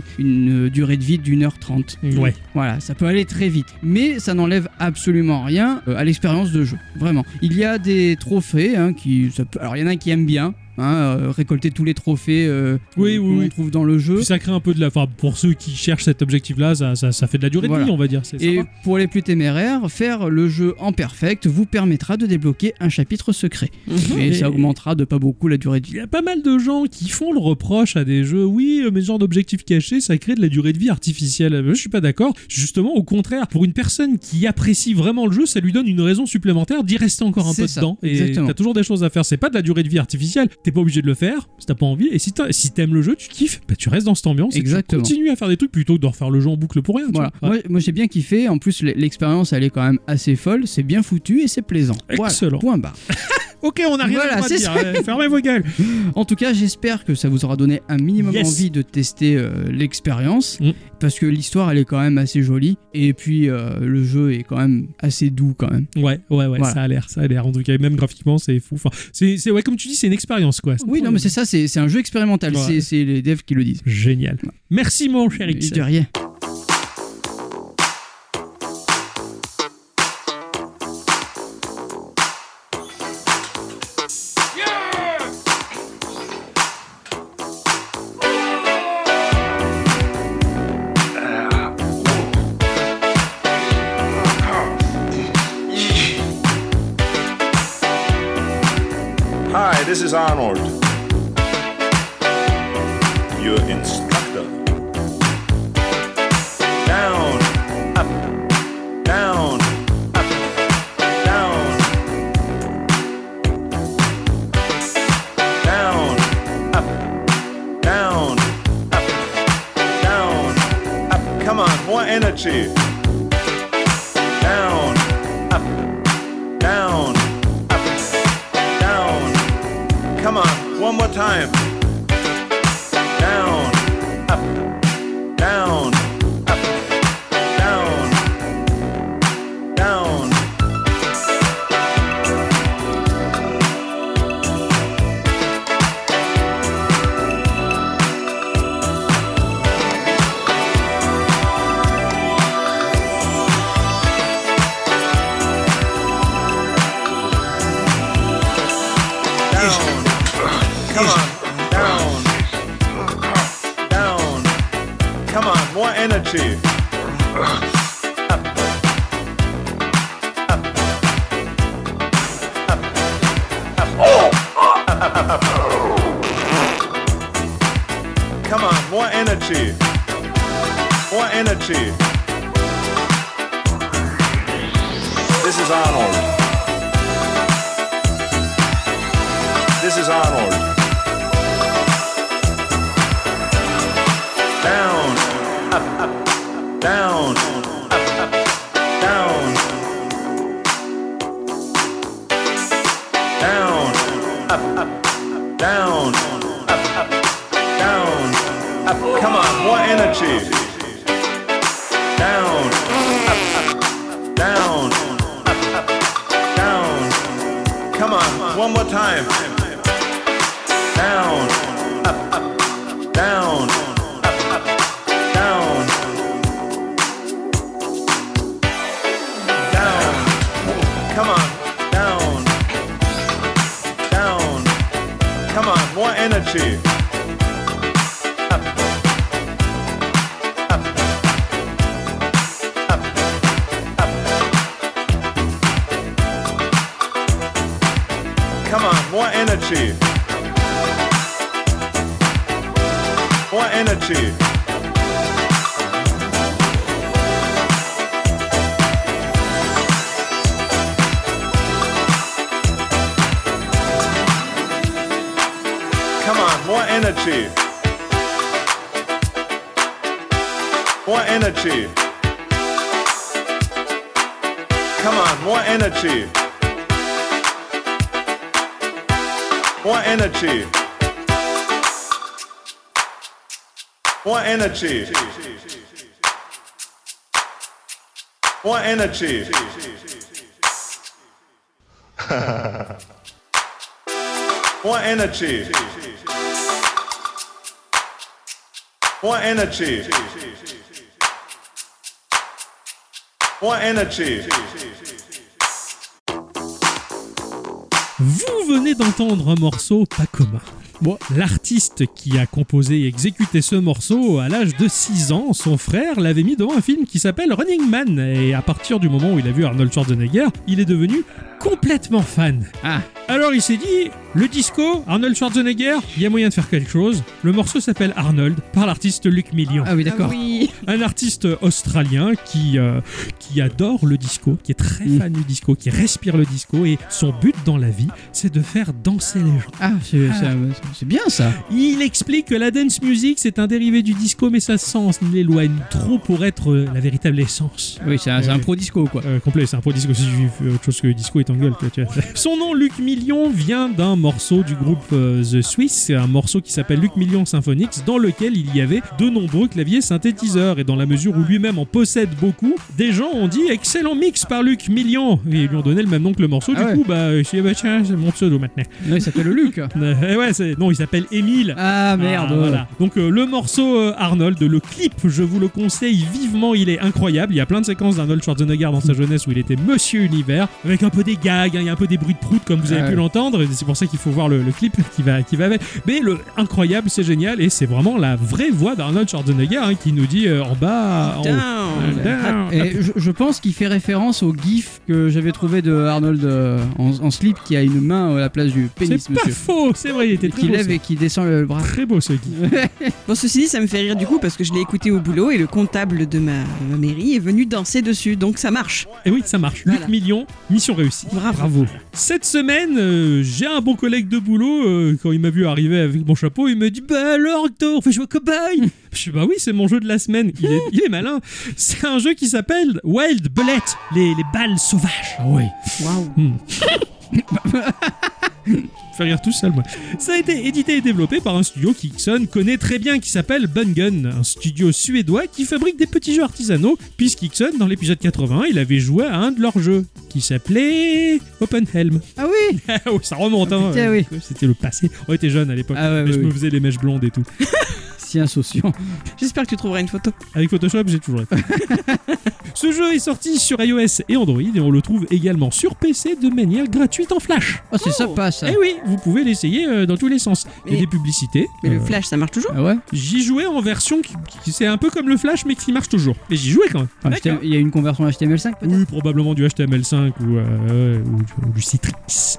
S2: une durée de vie d'1h30.
S1: Ouais.
S2: Voilà, ça peut aller très vite. Mais ça n'enlève absolument rien à l'expérience de jeu. Vraiment. Il y a des trophées, alors il y en a qui aiment bien. Récolter tous les trophées qu'on trouve dans le jeu.
S1: Puis ça crée un peu de la... Enfin, pour ceux qui cherchent cet objectif-là, ça fait de la durée de vie, on va dire.
S2: Et pour les plus téméraires, faire le jeu en perfect vous permettra de débloquer un chapitre secret. Et ça augmentera de pas beaucoup la durée de vie.
S1: Il y a pas mal de gens qui font le reproche à des jeux. Oui, mais ce genre d'objectif caché, ça crée de la durée de vie artificielle. Je suis pas d'accord. Justement, au contraire, pour une personne qui apprécie vraiment le jeu, ça lui donne une raison supplémentaire d'y rester encore un peu dedans. Et t'as toujours des choses à faire. C'est pas de la durée de vie artificielle. T'es pas obligé de le faire si t'as pas envie. Et si t'aimes le jeu, tu kiffes, tu restes dans cette ambiance.
S2: Exactement.
S1: Et tu continues à faire des trucs plutôt que de refaire le jeu en boucle pour rien.
S2: Voilà. Moi j'ai bien kiffé. En plus, l'expérience elle est quand même assez folle. C'est bien foutu et c'est plaisant.
S1: Excellent.
S2: Voilà, point barre.
S1: Ok, on a rien à dire. Fermez vos gueules.
S2: En tout cas, j'espère que ça vous aura donné un minimum envie de tester l'expérience. Parce que l'histoire elle est quand même assez jolie. Et puis le jeu est quand même assez doux quand même.
S1: Ouais, voilà. ça a l'air. En tout cas, même graphiquement, c'est fou. Enfin, c'est comme tu dis, c'est une expérience quoi.
S2: Oui, non, mais c'est ça, c'est un jeu expérimental. Ouais. C'est les devs qui le disent.
S1: Génial. Ouais. Merci mon cher X.
S2: De rien.
S8: Hi, this is Arnold, your instructor. Down, more energy. Down, up, down, up, down. Come on, one more time. Down, up, down, up, down, down. Come on, down, down. Come on, more energy. Up, up, up, up, up. Come on, more energy. More energy. This is Arnold. This is Arnold. Down, up, up, down, up, up, down. Down, up, up, down, up, up, down, up. Come on, more energy. Down, up, up, down, up, up, down. Come on, one more time. Down, up, up, down, up, up, down, down. Come on, down, down. Come on, more energy. Up, up, up, up. Come on, more energy. More energy. Come on, more energy. More energy. Come on, more energy. More energy. More energy. More energy. More energy. More energy. More energy.
S1: Vous venez d'entendre un morceau pas commun. Bon, l'artiste qui a composé et exécuté ce morceau à l'âge de 6 ans, son frère l'avait mis devant un film qui s'appelle Running Man. Et à partir du moment où il a vu Arnold Schwarzenegger, il est devenu complètement fan. Alors il s'est dit, le disco, Arnold Schwarzenegger, il y a moyen de faire quelque chose. Le morceau s'appelle Arnold, par l'artiste Luc Million.
S2: Ah oui, d'accord.
S3: Ah oui.
S1: Un artiste australien qui adore le disco, qui est très fan du disco, qui respire le disco, et son but dans la vie, c'est de faire danser les gens.
S2: Ah, c'est bien ça.
S1: Il explique que la dance music, c'est un dérivé du disco, mais ça s'en éloigne trop pour être la véritable essence.
S2: Oui, c'est un pro disco, quoi.
S1: Complet, c'est un pro disco. Si tu fais autre chose que le disco, il t'engueule. Son nom, Luc Million, vient d'un morceau du groupe The Swiss. C'est un morceau qui s'appelle Luc Million Symphonics, dans lequel il y avait de nombreux claviers synthétiseurs. Et dans la mesure où lui-même en possède beaucoup, des gens ont dit excellent mix par Luc Million. Et ils lui ont donné le même nom que le morceau. Du coup, je suis tiens, c'est mon pseudo maintenant.
S2: Non, il s'appelle Luc.
S1: Non, il s'appelle Émile.
S2: Ah merde.
S1: Voilà. Donc le morceau Arnold, le clip, je vous le conseille vivement, il est incroyable. Il y a plein de séquences d'Arnold Schwarzenegger dans sa jeunesse où il était Monsieur Univers, avec un peu des gags, il y a un peu des bruits de prout comme vous avez pu l'entendre. Et c'est pour ça qu'il faut voir le clip qui va avec. Mais le incroyable, c'est génial, et c'est vraiment la vraie voix d'Arnold Schwarzenegger qui nous dit en bas, en haut.
S2: Down. Et je pense qu'il fait référence au gif que j'avais trouvé de Arnold en slip qui a une main à la place du pénis.
S1: C'est pas faux, c'est vrai, il était très
S2: qui
S1: beau.
S2: Lève et qui descend le bras.
S1: Très beau ce gif.
S3: Bon, ceci dit, ça me fait rire du coup parce que je l'ai écouté au boulot et le comptable de ma mairie est venu danser dessus, donc ça marche.
S1: Et oui, ça marche.
S3: Voilà.
S1: Luc Million, mission réussie.
S2: Bravo.
S1: Cette semaine, j'ai un bon collègue de boulot, quand il m'a vu arriver avec mon chapeau, il me dit « Bah alors, Hector, on fait jouer cow-boy !» Je suis bah oui, c'est mon jeu de la semaine. Il est malin. C'est un jeu qui s'appelle Wild Bullet, les balles sauvages.
S2: Ah oui.
S3: Waouh.
S1: Fais rire tout seul, moi. Ça a été édité et développé par un studio qu'Ixon connaît très bien, qui s'appelle Bungun, un studio suédois qui fabrique des petits jeux artisanaux, puisqu'Ixon, dans l'épisode 81, il avait joué à un de leurs jeux, qui s'appelait Oppenhelm.
S2: Ah oui.
S1: Oh, ça remonte, hein.
S2: Putain, oui.
S1: C'était le passé. On était jeunes à l'époque, mais je me faisais les mèches blondes et tout.
S2: Si insouciant.
S3: J'espère que tu trouveras une photo.
S1: Avec Photoshop, j'ai toujours été. Ce jeu est sorti sur iOS et Android et on le trouve également sur PC de manière gratuite en Flash.
S2: Oh, c'est sympa ça.
S1: Et oui, vous pouvez l'essayer dans tous les sens. Il y a des publicités.
S3: Mais le Flash, ça marche toujours?
S2: Ah ouais.
S1: J'y jouais en version qui c'est un peu comme le Flash mais qui marche toujours. Mais j'y jouais quand même.
S2: Il y a une conversion HTML5 peut-être?
S1: Oui, probablement du HTML5 ou du Citrix.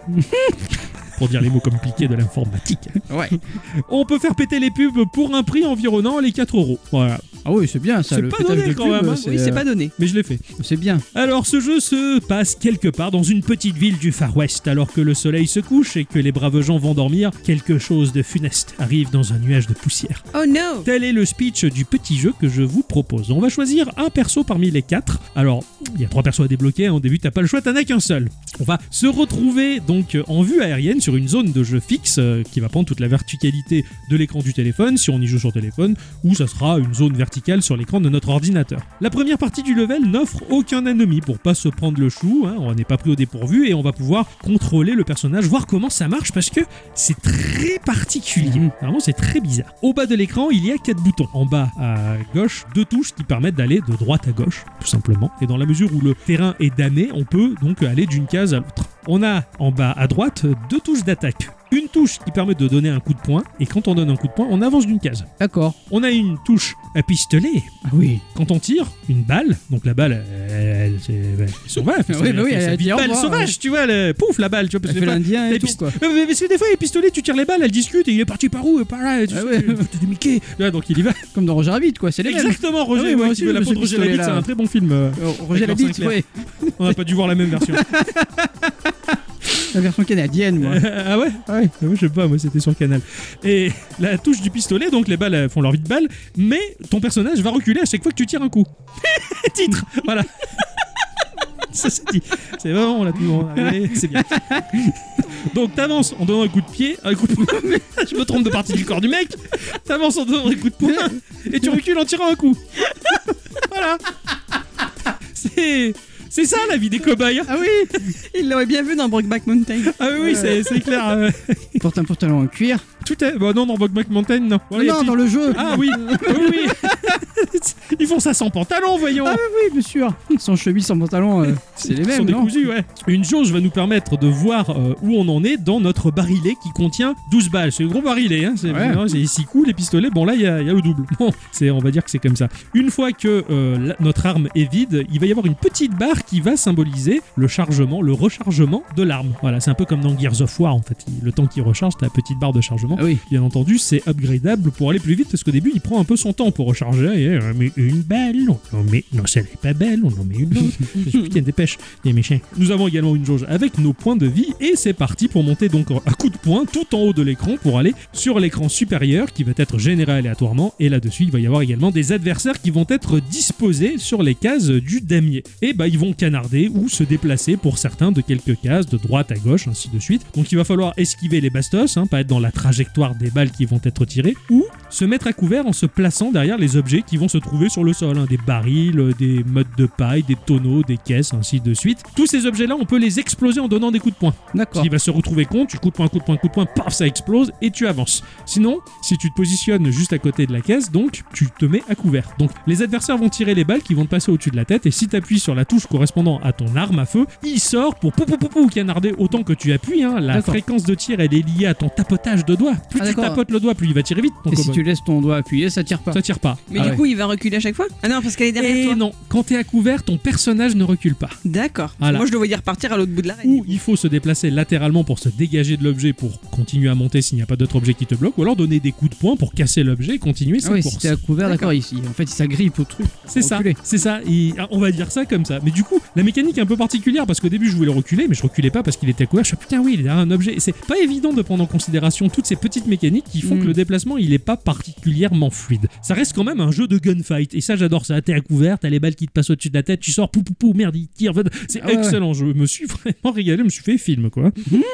S1: Pour dire les mots compliqués de l'informatique.
S2: Ouais.
S1: On peut faire péter les pubs pour un prix environnant les 4 €. Voilà.
S2: Ah oui, c'est bien ça.
S1: C'est
S2: le
S1: pas
S2: pétage
S1: donné
S2: de
S1: quand
S2: pub,
S1: même, hein.
S3: Oui, c'est pas donné.
S1: Mais je l'ai fait.
S2: C'est bien.
S1: Alors ce jeu se passe quelque part dans une petite ville du Far West. Alors que le soleil se couche et que les braves gens vont dormir, quelque chose de funeste arrive dans un nuage de poussière.
S3: Oh no.
S1: Tel est le speech du petit jeu que je vous propose. On va choisir un perso parmi les 4. Alors, il y a 3 persos à débloquer. Au début, t'as pas le choix, t'en as qu'un seul. On va se retrouver donc en vue aérienne sur une zone de jeu fixe qui va prendre toute la verticalité de l'écran du téléphone si on y joue sur téléphone, ou ça sera une zone verticale sur l'écran de notre ordinateur. La première partie du level n'offre aucun ennemi pour pas se prendre le chou, hein, on n'est pas pris au dépourvu et on va pouvoir contrôler le personnage, voir comment ça marche parce que c'est très particulier. Vraiment, c'est très bizarre. Au bas de l'écran, il y a 4 boutons. En bas à gauche, 2 touches qui permettent d'aller de droite à gauche, tout simplement. Et dans la mesure où le terrain est damé, on peut donc aller d'une case à l'autre. On a en bas à droite 2 touches d'attaque. Une touche qui permet de donner un coup de poing, et quand on donne un coup de poing, on avance d'une case.
S2: D'accord.
S1: On a une touche à pistolet.
S2: Ah oui.
S1: Quand on tire, une balle, donc la balle, elle sauvage.
S2: Elle dit
S1: une balle sauvage, tu vois, pouf, la balle. Tu vois,
S2: elle fait l'indien et tout, quoi.
S1: Mais parce que des fois, les pistolets, tu tires les balles, elles discutent, et il est parti par où, par là, tu sais, Mickey. Ouais, donc il y va.
S2: Comme dans Roger Rabbit, quoi, c'est les mêmes.
S1: Exactement, Roger, moi aussi, la peau de Roger Rabbit, c'est un très bon film.
S2: Roger Rabbit, oui.
S1: On n'a pas dû voir la même version.
S2: La version canadienne, moi.
S1: Ah ouais? Ouais. Moi, je sais pas, moi c'était sur Canal. Et la touche du pistolet, donc les balles font leur vie de balle, mais ton personnage va reculer à chaque fois que tu tires un coup. Titre, voilà. Ça c'est dit. C'est vraiment, on l'a tout arrivé, c'est bien. Donc t'avances en donnant un coup de pied, un coup de poing. Je me trompe de partie du corps du mec. T'avances en donnant un coup de poing et tu recules en tirant un coup. Voilà. C'est ça la vie des cobayes.
S3: Ah oui. Il l'aurait bien vu dans Brokeback Mountain.
S1: Ah oui, c'est clair.
S2: Porte un pantalon en cuir.
S1: Tout est. Bah non, dans Brokeback Mountain, non.
S2: Voilà, non, dans le jeu.
S1: Ah oui. Oui. Ils font ça sans pantalon, voyons.
S2: Ah oui, bien sûr. Sans chemise, sans pantalon, c'est les mêmes.
S1: Ils sont décousus, ouais. Une jauge va nous permettre de voir où on en est dans notre barillet qui contient 12 balles. C'est un gros barillet, hein. C'est 6 coups, les pistolets. Bon, là, il y a le double. Bon, on va dire que c'est comme ça. Une fois que notre arme est vide, il va y avoir une petite barre qui va symboliser le chargement, le rechargement de l'arme. Voilà, c'est un peu comme dans Gears of War, en fait. Le temps qu'il recharge, t'as la petite barre de chargement.
S2: Ah oui.
S1: Bien entendu, c'est upgradable pour aller plus vite parce qu'au début, il prend un peu son temps pour recharger. Et mais une balle, non, celle n'est pas belle, on en met une autre. Putain, dépêche, les méchants. Nous avons également une jauge avec nos points de vie et c'est parti pour monter donc à coup de poing tout en haut de l'écran pour aller sur l'écran supérieur qui va être généré aléatoirement et là-dessus, il va y avoir également des adversaires qui vont être disposés sur les cases du damier. Et ils vont canarder ou se déplacer pour certains de quelques cases, de droite à gauche, ainsi de suite. Donc il va falloir esquiver les bastos, pas être dans la trajectoire des balles qui vont être tirées, ou se mettre à couvert en se plaçant derrière les objets qui vont se trouver sur le sol, des barils, des mottes de paille, des tonneaux, des caisses, ainsi de suite. Tous ces objets-là, on peut les exploser en donnant des coups de poing.
S2: D'accord.
S1: Il va se retrouver contre, tu coup de poing, paf, ça explose et tu avances. Sinon, si tu te positionnes juste à côté de la caisse, donc tu te mets à couvert. Donc les adversaires vont tirer les balles qui vont te passer au-dessus de la tête et si tu appuies sur la touche correspondant à ton arme à feu, il sort pour canarder autant que tu appuies. La fréquence de tir, elle est liée à ton tapotage de doigts. Plus tu tapotes le doigt, plus il va tirer vite.
S2: Et si tu tu laisses ton doigt appuyé, ça tire pas.
S1: Ça tire pas.
S3: Mais du coup, il va reculer à chaque fois? Ah non, parce qu'elle est derrière toi.
S1: Non, quand t'es à couvert, ton personnage ne recule pas.
S3: D'accord.
S1: Voilà.
S3: Moi, je le voyais repartir à l'autre bout de l'arène.
S1: Ou il faut se déplacer latéralement pour se dégager de l'objet pour continuer à monter s'il n'y a pas d'autre objet qui te bloque, ou alors donner des coups de poing pour casser l'objet et continuer sa course.
S2: Si t'es à couvert, d'accord, ici. En fait, ça grippe au truc.
S1: C'est ça. Et on va dire ça comme ça. Mais du coup, la mécanique est un peu particulière parce qu'au début, je voulais reculer, mais je reculais pas parce qu'il était à couvert. Je suis putain, oui, il est derrière un objet. Et c'est pas évident de prendre en considération toutes ces petites mécaniques qui font que le déplacement, il est pas particulièrement fluide. Ça reste quand même un jeu de gunfight. Et ça, j'adore ça. T'es à couvert, t'as les balles qui te passent au-dessus de la tête, tu sors, pou, merde, il tire. C'est excellent. Je me suis vraiment régalé, je me suis fait film, quoi.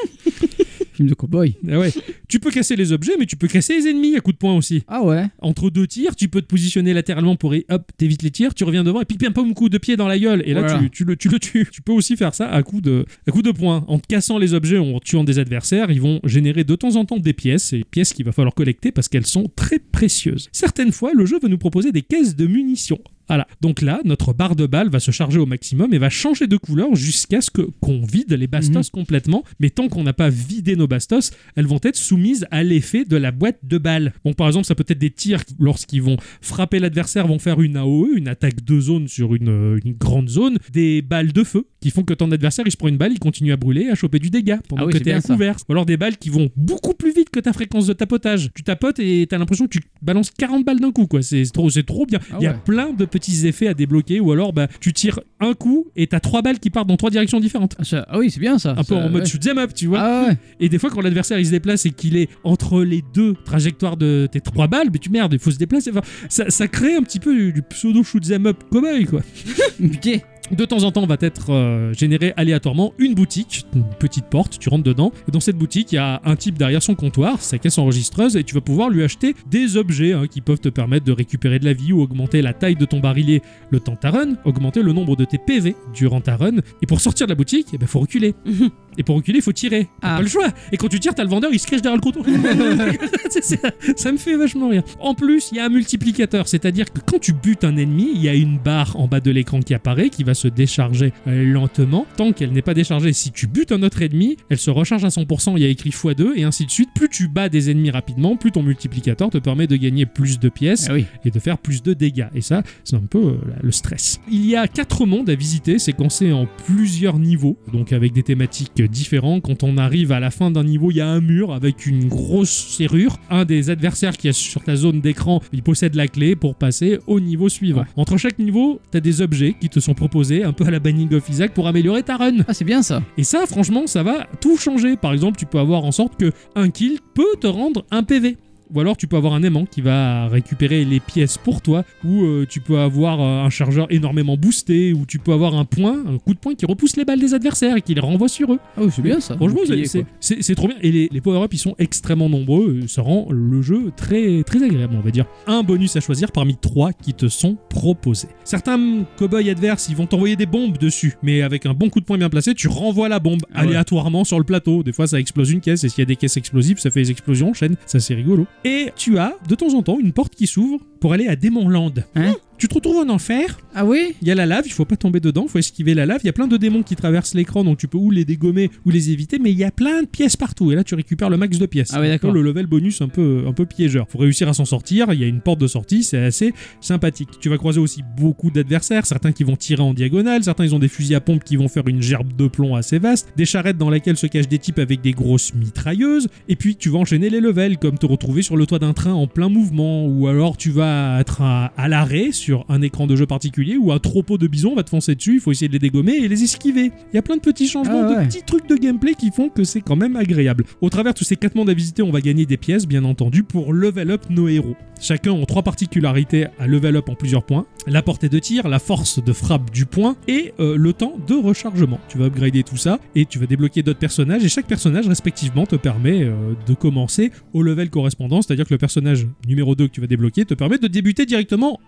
S2: Film de cowboy.
S1: Ah ouais. Tu peux casser les objets, mais tu peux casser les ennemis à coups de poing aussi.
S2: Ah ouais.
S1: Entre deux tirs, tu peux te positionner latéralement pour t'évites les tirs, tu reviens devant et puis un coup de pied dans la gueule. Et là, tu le tues. Tu peux aussi faire ça à coup de poing. En te cassant les objets ou en tuant des adversaires, ils vont générer de temps en temps des pièces qu'il va falloir collecter parce qu'elles sont très précieuses. Certaines fois, le jeu va nous proposer des caisses de munitions. Voilà. Donc là, notre barre de balles va se charger au maximum et va changer de couleur jusqu'à ce qu'on vide les bastos complètement. Mais tant qu'on n'a pas vidé nos bastos, elles vont être soumises à l'effet de la boîte de balles. Donc par exemple, ça peut être des tirs qui, lorsqu'ils vont frapper l'adversaire, vont faire une AOE, une attaque de zone sur une grande zone, des balles de feu qui font que ton adversaire, il se prend une balle, il continue à brûler, à choper du dégât pendant que t'es à couvert. Ou alors des balles qui vont beaucoup plus vite que ta fréquence de tapotage. Tu tapotes et t'as l'impression que tu balances 40 balles d'un coup, quoi. C'est trop bien. Il y a plein de petits effets à débloquer, ou alors tu tires un coup et t'as 3 balles qui partent dans 3 directions différentes.
S2: Ah oui, c'est bien ça.
S1: Un peu en mode shoot 'em up, tu vois.
S2: Ah ouais.
S1: Et des fois, quand l'adversaire il se déplace et qu'il est entre les deux trajectoires de tes 3 balles, mais il faut se déplacer. Enfin, ça crée un petit peu du pseudo shoot 'em up cowboy, quoi.
S2: Putain.
S1: De temps en temps, va être généré aléatoirement une boutique, une petite porte, tu rentres dedans, et dans cette boutique, il y a un type derrière son comptoir, sa caisse enregistreuse, et tu vas pouvoir lui acheter des objets qui peuvent te permettre de récupérer de la vie ou augmenter la taille de ton barillet le temps de ta run, augmenter le nombre de tes PV durant ta run, et pour sortir de la boutique, il faut reculer. Et pour reculer, il faut tirer. T'as pas le choix. Et quand tu tires, t'as le vendeur, il se cache derrière le comptoir. Ça me fait vachement rire. En plus, il y a un multiplicateur, c'est-à-dire que quand tu butes un ennemi, il y a une barre en bas de l'écran qui apparaît, qui va se décharger lentement. Tant qu'elle n'est pas déchargée, si tu butes un autre ennemi, elle se recharge à 100%, il y a écrit x2 et ainsi de suite. Plus tu bats des ennemis rapidement, plus ton multiplicateur te permet de gagner plus de pièces et de faire plus de dégâts. Et ça, c'est un peu le stress. Il y a 4 mondes à visiter, séquencés en plusieurs niveaux, donc avec des thématiques différents. Quand on arrive à la fin d'un niveau, il y a un mur avec une grosse serrure. Un des adversaires qui est sur ta zone d'écran, il possède la clé pour passer au niveau suivant. Entre chaque niveau, t'as des objets qui te sont proposés, un peu à la Binding of Isaac, pour améliorer ta run.
S2: Ah, c'est bien ça.
S1: Et ça, franchement, ça va tout changer. Par exemple, tu peux avoir en sorte que un kill peut te rendre un PV. Ou alors tu peux avoir un aimant qui va récupérer les pièces pour toi, ou tu peux avoir un chargeur énormément boosté, ou tu peux avoir un coup de poing qui repousse les balles des adversaires et qui les renvoie sur eux.
S2: Ah oui, c'est bien ça.
S1: Franchement, c'est trop bien. Et les power-ups, ils sont extrêmement nombreux. Ça rend le jeu très, très agréable, on va dire. Un bonus à choisir parmi 3 qui te sont proposés. Certains cow-boys adverses, ils vont t'envoyer des bombes dessus, mais avec un bon coup de poing bien placé, tu renvoies la bombe aléatoirement sur le plateau. Des fois, ça explose une caisse, et s'il y a des caisses explosives, ça fait des explosions en chaîne. Ça, c'est rigolo. Et tu as, de temps en temps, une porte qui s'ouvre pour aller à Demonland. Tu te retrouves en enfer.
S2: Ah oui.
S1: Il y a la lave, il faut pas tomber dedans, il faut esquiver la lave. Il y a plein de démons qui traversent l'écran, donc tu peux ou les dégommer ou les éviter, mais il y a plein de pièces partout. Et là, tu récupères le max de pièces.
S2: Ah oui, d'accord.
S1: Le level bonus un peu piégeur. Faut réussir à s'en sortir. Il y a une porte de sortie, c'est assez sympathique. Tu vas croiser aussi beaucoup d'adversaires, certains qui vont tirer en diagonale, certains ils ont des fusils à pompe qui vont faire une gerbe de plomb assez vaste, des charrettes dans lesquelles se cachent des types avec des grosses mitrailleuses. Et puis tu vas enchaîner les levels, comme te retrouver sur le toit d'un train en plein mouvement, ou alors tu vas être à l'arrêt sur un écran de jeu particulier où un troupeau de bisons va te foncer dessus, il faut essayer de les dégommer et les esquiver. Il y a plein de petits changements, de petits trucs de gameplay qui font que c'est quand même agréable. Au travers de tous ces 4 mondes à visiter, on va gagner des pièces, bien entendu, pour level up nos héros. Chacun ont 3 particularités à level up en plusieurs points: la portée de tir, la force de frappe du poing et le temps de rechargement. Tu vas upgrader tout ça et tu vas débloquer d'autres personnages, et chaque personnage respectivement te permet de commencer au level correspondant, c'est-à-dire que le personnage numéro 2 que tu vas débloquer te permet de débuter directement au monde 2.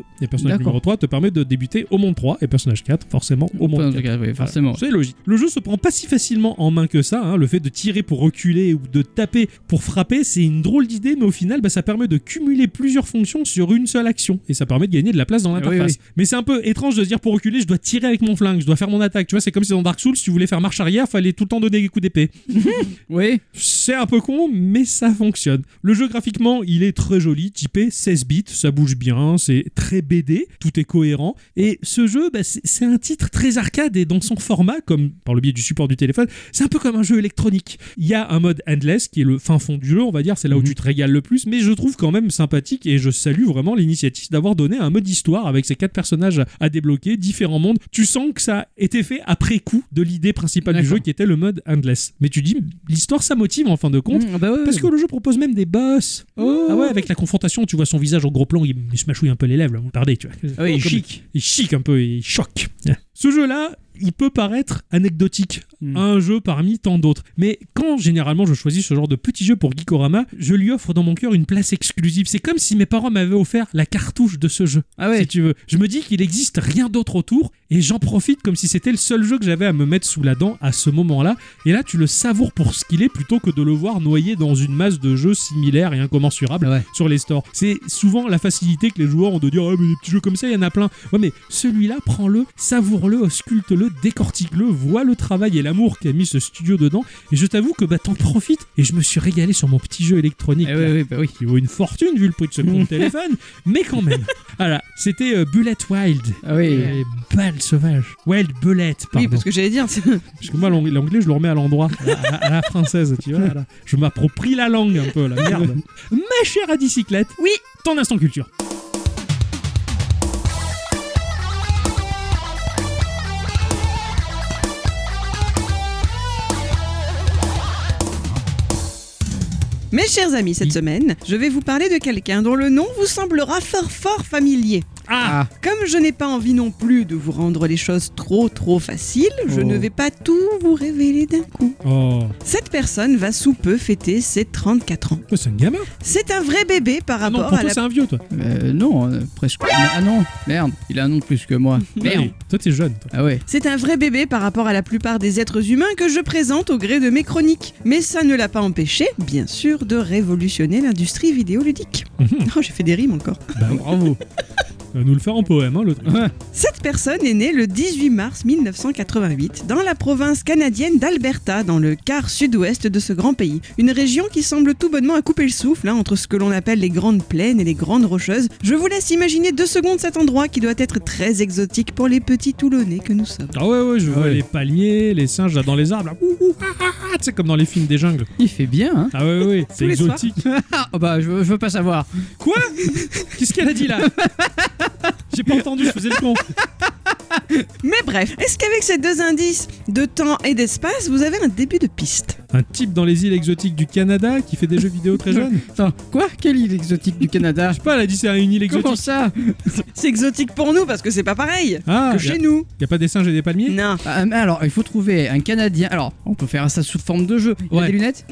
S1: et personnage numéro 3 te permet de débuter au monde 3 et personnage 4 forcément au monde 4.
S2: Oui, forcément.
S1: Voilà, c'est logique. Le jeu se prend pas si facilement en main que ça, hein. Le fait de tirer pour reculer ou de taper pour frapper, c'est une drôle d'idée, mais au final ça permet de cumuler plusieurs fonctions sur une seule action et ça permet de gagner de la place dans l'interface. Mais c'est un peu étrange de se dire pour reculer je dois tirer avec mon flingue, je dois faire mon attaque, tu vois, c'est comme si dans Dark Souls si tu voulais faire marche arrière fallait tout le temps donner des coups d'épée.
S2: Oui.
S1: C'est un peu con mais ça fonctionne. Le jeu graphiquement il est très joli, typé 16 bits, ça bouge bien, c'est très BD, tout est cohérent et ce jeu c'est un titre très arcade et dans son format comme par le biais du support du téléphone c'est un peu comme un jeu électronique. Il y a un mode endless qui est le fin fond du jeu on va dire, c'est là où tu te régales le plus, mais je trouve quand même sympathique et je salue vraiment l'initiative d'avoir donné un mode histoire avec ces 4 personnages à débloquer, différents mondes. Tu sens que ça a été fait après coup de l'idée principale du jeu qui était le mode endless. Mais tu dis, l'histoire ça motive en fin de compte parce que le jeu propose même des boss. Ah ouais, avec la confrontation, tu vois son visage au gros plan, il se mâchouille un peu les lèvres, là, regardez, tu vois.
S2: Ah oui, il chic.
S1: Il chic un peu, il choque. Ce jeu-là, il peut paraître anecdotique, un jeu parmi tant d'autres. Mais quand généralement je choisis ce genre de petit jeu pour Geekorama, je lui offre dans mon cœur une place exclusive. C'est comme si mes parents m'avaient offert la cartouche de ce jeu, si tu veux. Je me dis qu'il n'existe rien d'autre autour et j'en profite comme si c'était le seul jeu que j'avais à me mettre sous la dent à ce moment-là. Et là, tu le savoures pour ce qu'il est plutôt que de le voir noyé dans une masse de jeux similaires et incommensurables sur les stores. C'est souvent la facilité que les joueurs ont de dire « Ah, mais des petits jeux comme ça, il y en a plein. » Ouais, mais celui-là, prends-le, savoure-le, ausculte-le, décortique-le, vois le travail et l'amour qu'a mis ce studio dedans. Et je t'avoue que t'en profites. Et je me suis régalé sur mon petit jeu électronique. Qui vaut une fortune vu le prix de ce compte téléphone. Mais quand même. Voilà, c'était Bullet Wild.
S2: Ah oui.
S1: Balle sauvage. Wild Bullet, pardon.
S3: Oui, parce que j'allais dire...
S1: Parce que moi, l'anglais, je le remets à l'endroit. À la française, tu vois. Là. Je m'approprie la langue un peu, la merde. Ma chère à bicyclette.
S3: Oui.
S1: Ton instant culture.
S3: Mes chers amis, cette semaine, je vais vous parler de quelqu'un dont le nom vous semblera fort familier. Comme je n'ai pas envie non plus de vous rendre les choses trop faciles, je ne vais pas tout vous révéler d'un coup. Cette personne va sous peu fêter ses 34 ans.
S1: C'est un gamin.
S3: C'est un vrai bébé par rapport
S1: à toi, c'est un vieux, toi.
S2: Non, presque. Ah non, merde, il a un an de plus que moi. Merde.
S1: Toi, t'es jeune, toi.
S2: Ah ouais.
S3: C'est un vrai bébé par rapport à la plupart des êtres humains que je présente au gré de mes chroniques. Mais ça ne l'a pas empêché, bien sûr, de révolutionner l'industrie vidéoludique. Oh, j'ai fait des rimes encore.
S1: Bravo. Nous le faire en poème, le truc.
S3: Cette personne est née le 18 mars 1988 dans la province canadienne d'Alberta, dans le quart sud-ouest de ce grand pays. Une région qui semble tout bonnement à couper le souffle entre ce que l'on appelle les grandes plaines et les grandes rocheuses. Je vous laisse imaginer 2 secondes cet endroit qui doit être très exotique pour les petits Toulonnais que nous sommes.
S1: Ah ouais, je vois les palmiers, les singes là, dans les arbres, là. Tu sais, comme dans les films des jungles.
S2: Il fait bien, hein.
S1: Ah ouais, c'est exotique.
S2: Je veux pas savoir.
S1: Quoi? Qu'est-ce qu'elle a dit là? J'ai pas entendu, je faisais le con.
S3: Mais bref, est-ce qu'avec ces 2 indices de temps et d'espace, vous avez un début de piste?
S1: Un type dans les îles exotiques du Canada qui fait des jeux vidéo très jeunes?
S2: Attends, quoi? Quelle île exotique du Canada?
S1: Je sais pas, elle a dit c'est une île exotique.
S2: Comment ça?
S3: C'est exotique pour nous parce que c'est pas pareil que chez nous.
S1: Y a pas des singes et des palmiers?
S3: Non.
S2: Alors, il faut trouver un Canadien. Alors, on peut faire ça sous forme de jeu. Il a des lunettes?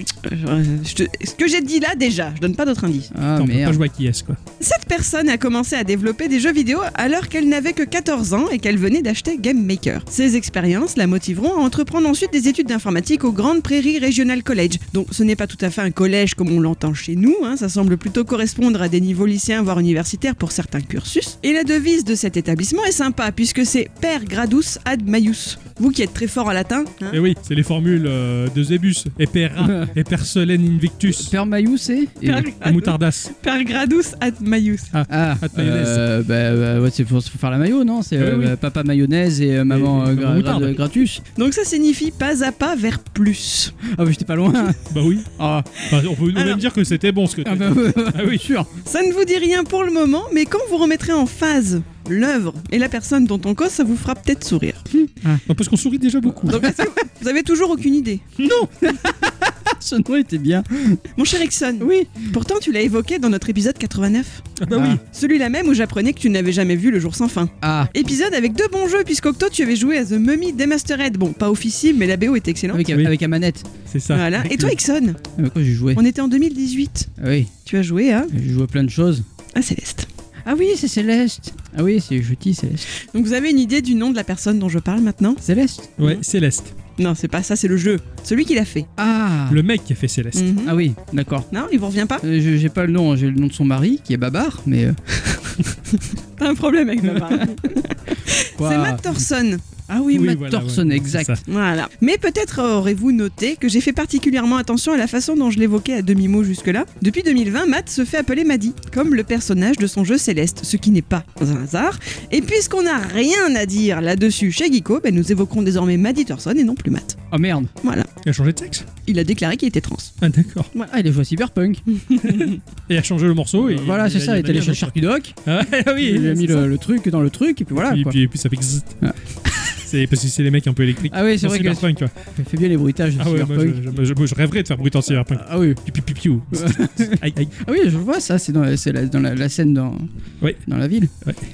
S3: Ce que j'ai dit là déjà, je donne pas d'autres indices.
S1: On peut pas jouer à qui est-ce, quoi.
S3: Cette personne a commencé à développer des jeux vidéo alors qu'elle n'avait que 14 ans et qu'elle venait d'acheter Game Maker. Ces expériences la motiveront à entreprendre ensuite des études d'informatique au Grande Prairie Regional College. Donc ce n'est pas tout à fait un collège comme on l'entend chez nous, ça semble plutôt correspondre à des niveaux lycéens voire universitaires pour certains cursus. Et la devise de cet établissement est sympa puisque c'est Per Gradus ad Maius. Vous qui êtes très fort en latin.
S1: Eh oui, c'est les formules de Zébus. Et Pera, et Per Solen Invictus.
S2: Per Maius et
S1: Moutardas.
S3: Per Gradus ad Maius.
S1: Ad mayonnaise.
S2: C'est faut faire la mayo, non? C'est papa mayonnaise et maman gratus.
S3: Donc ça signifie pas à pas vers plus.
S2: Ah oui, j'étais pas loin.
S1: Bah oui. On peut même dire que c'était bon ce que t'as dit.
S2: Ah oui, sûr.
S3: Ça ne vous dit rien pour le moment, mais quand vous remettrez en phase l'œuvre et la personne dont on cause, ça vous fera peut-être sourire.
S1: Parce qu'on sourit déjà beaucoup.
S3: Donc, vous avez toujours aucune idée?
S1: Non.
S2: Ce nom était bien.
S3: Mon cher Ixon.
S2: Oui.
S3: Pourtant, tu l'as évoqué dans notre épisode 89.
S1: Ah bah oui.
S3: Celui-là même où j'apprenais que tu n'avais jamais vu Le Jour Sans Fin. Épisode avec 2 bons jeux, puisqu'Octo, tu avais joué à The Mummy Demastered. Bon, pas officiel, mais la BO est excellente.
S2: Avec la manette.
S1: C'est ça.
S3: Voilà. Et toi, Ixon?
S2: Quoi j'ai joué?
S3: On était en 2018.
S2: Ah oui.
S3: Tu as joué à?
S2: J'ai joué à plein de choses.
S3: À Céleste.
S2: Ah oui, c'est Céleste. Ah oui, c'est jeudi, Céleste.
S3: Donc vous avez une idée du nom de la personne dont je parle maintenant?
S2: Céleste?
S1: Ouais, Céleste.
S3: Non, c'est pas ça, c'est le jeu. Celui qui l'a fait.
S2: Ah.
S1: Le mec qui a fait Céleste.
S3: Mhm.
S2: Ah oui, d'accord.
S3: Non, il vous revient pas?
S2: J'ai pas le nom, j'ai le nom de son mari qui est Babar, mais.
S3: T'as un problème avec ma part.
S2: Quoi
S3: C'est Matt Thorson.
S2: Ah oui,
S1: Oui,
S2: Matt
S1: voilà,
S2: Thorson,
S1: ouais,
S2: exact.
S1: c'est ça.
S3: Voilà. Mais peut-être aurez-vous noté que j'ai fait particulièrement attention à la façon dont je l'évoquais à demi-mot jusque-là. Depuis 2020, Matt se fait appeler Maddy, comme le personnage de son jeu Céleste, ce qui n'est pas un hasard. Et puisqu'on n'a rien à dire là-dessus chez Geeko, ben nous évoquerons désormais Maddy Thorson et non plus Matt.
S2: Oh merde.
S3: Voilà.
S1: Il a changé de sexe.
S3: Il a déclaré qu'il était trans.
S1: Ah d'accord.
S2: Ah, il a joué à Cyberpunk.
S1: Et il a changé le morceau. Et
S2: Voilà, c'est ça, il est allé chez
S1: chercher.
S2: Sharky Doc.
S1: Ah oui.
S2: Il a mis
S1: c'est ça.
S2: le truc dans le truc, et puis voilà.
S1: Et
S2: Quoi.
S1: puis ça fait que zzz.
S2: Ah.
S1: C'est parce que c'est les mecs un peu électriques.
S2: Ah oui, c'est
S1: Dans
S2: vrai que
S1: Cyberpunk, tu vois.
S2: il fait bien les bruitages de
S1: Ah ouais, moi
S2: Cyberpunk.
S1: je rêverais de faire bruit en Cyberpunk.
S2: Ah oui.
S1: Piu piu piu piu. Aïe aïe.
S2: Ah oui, je vois ça, c'est dans la scène dans la ville.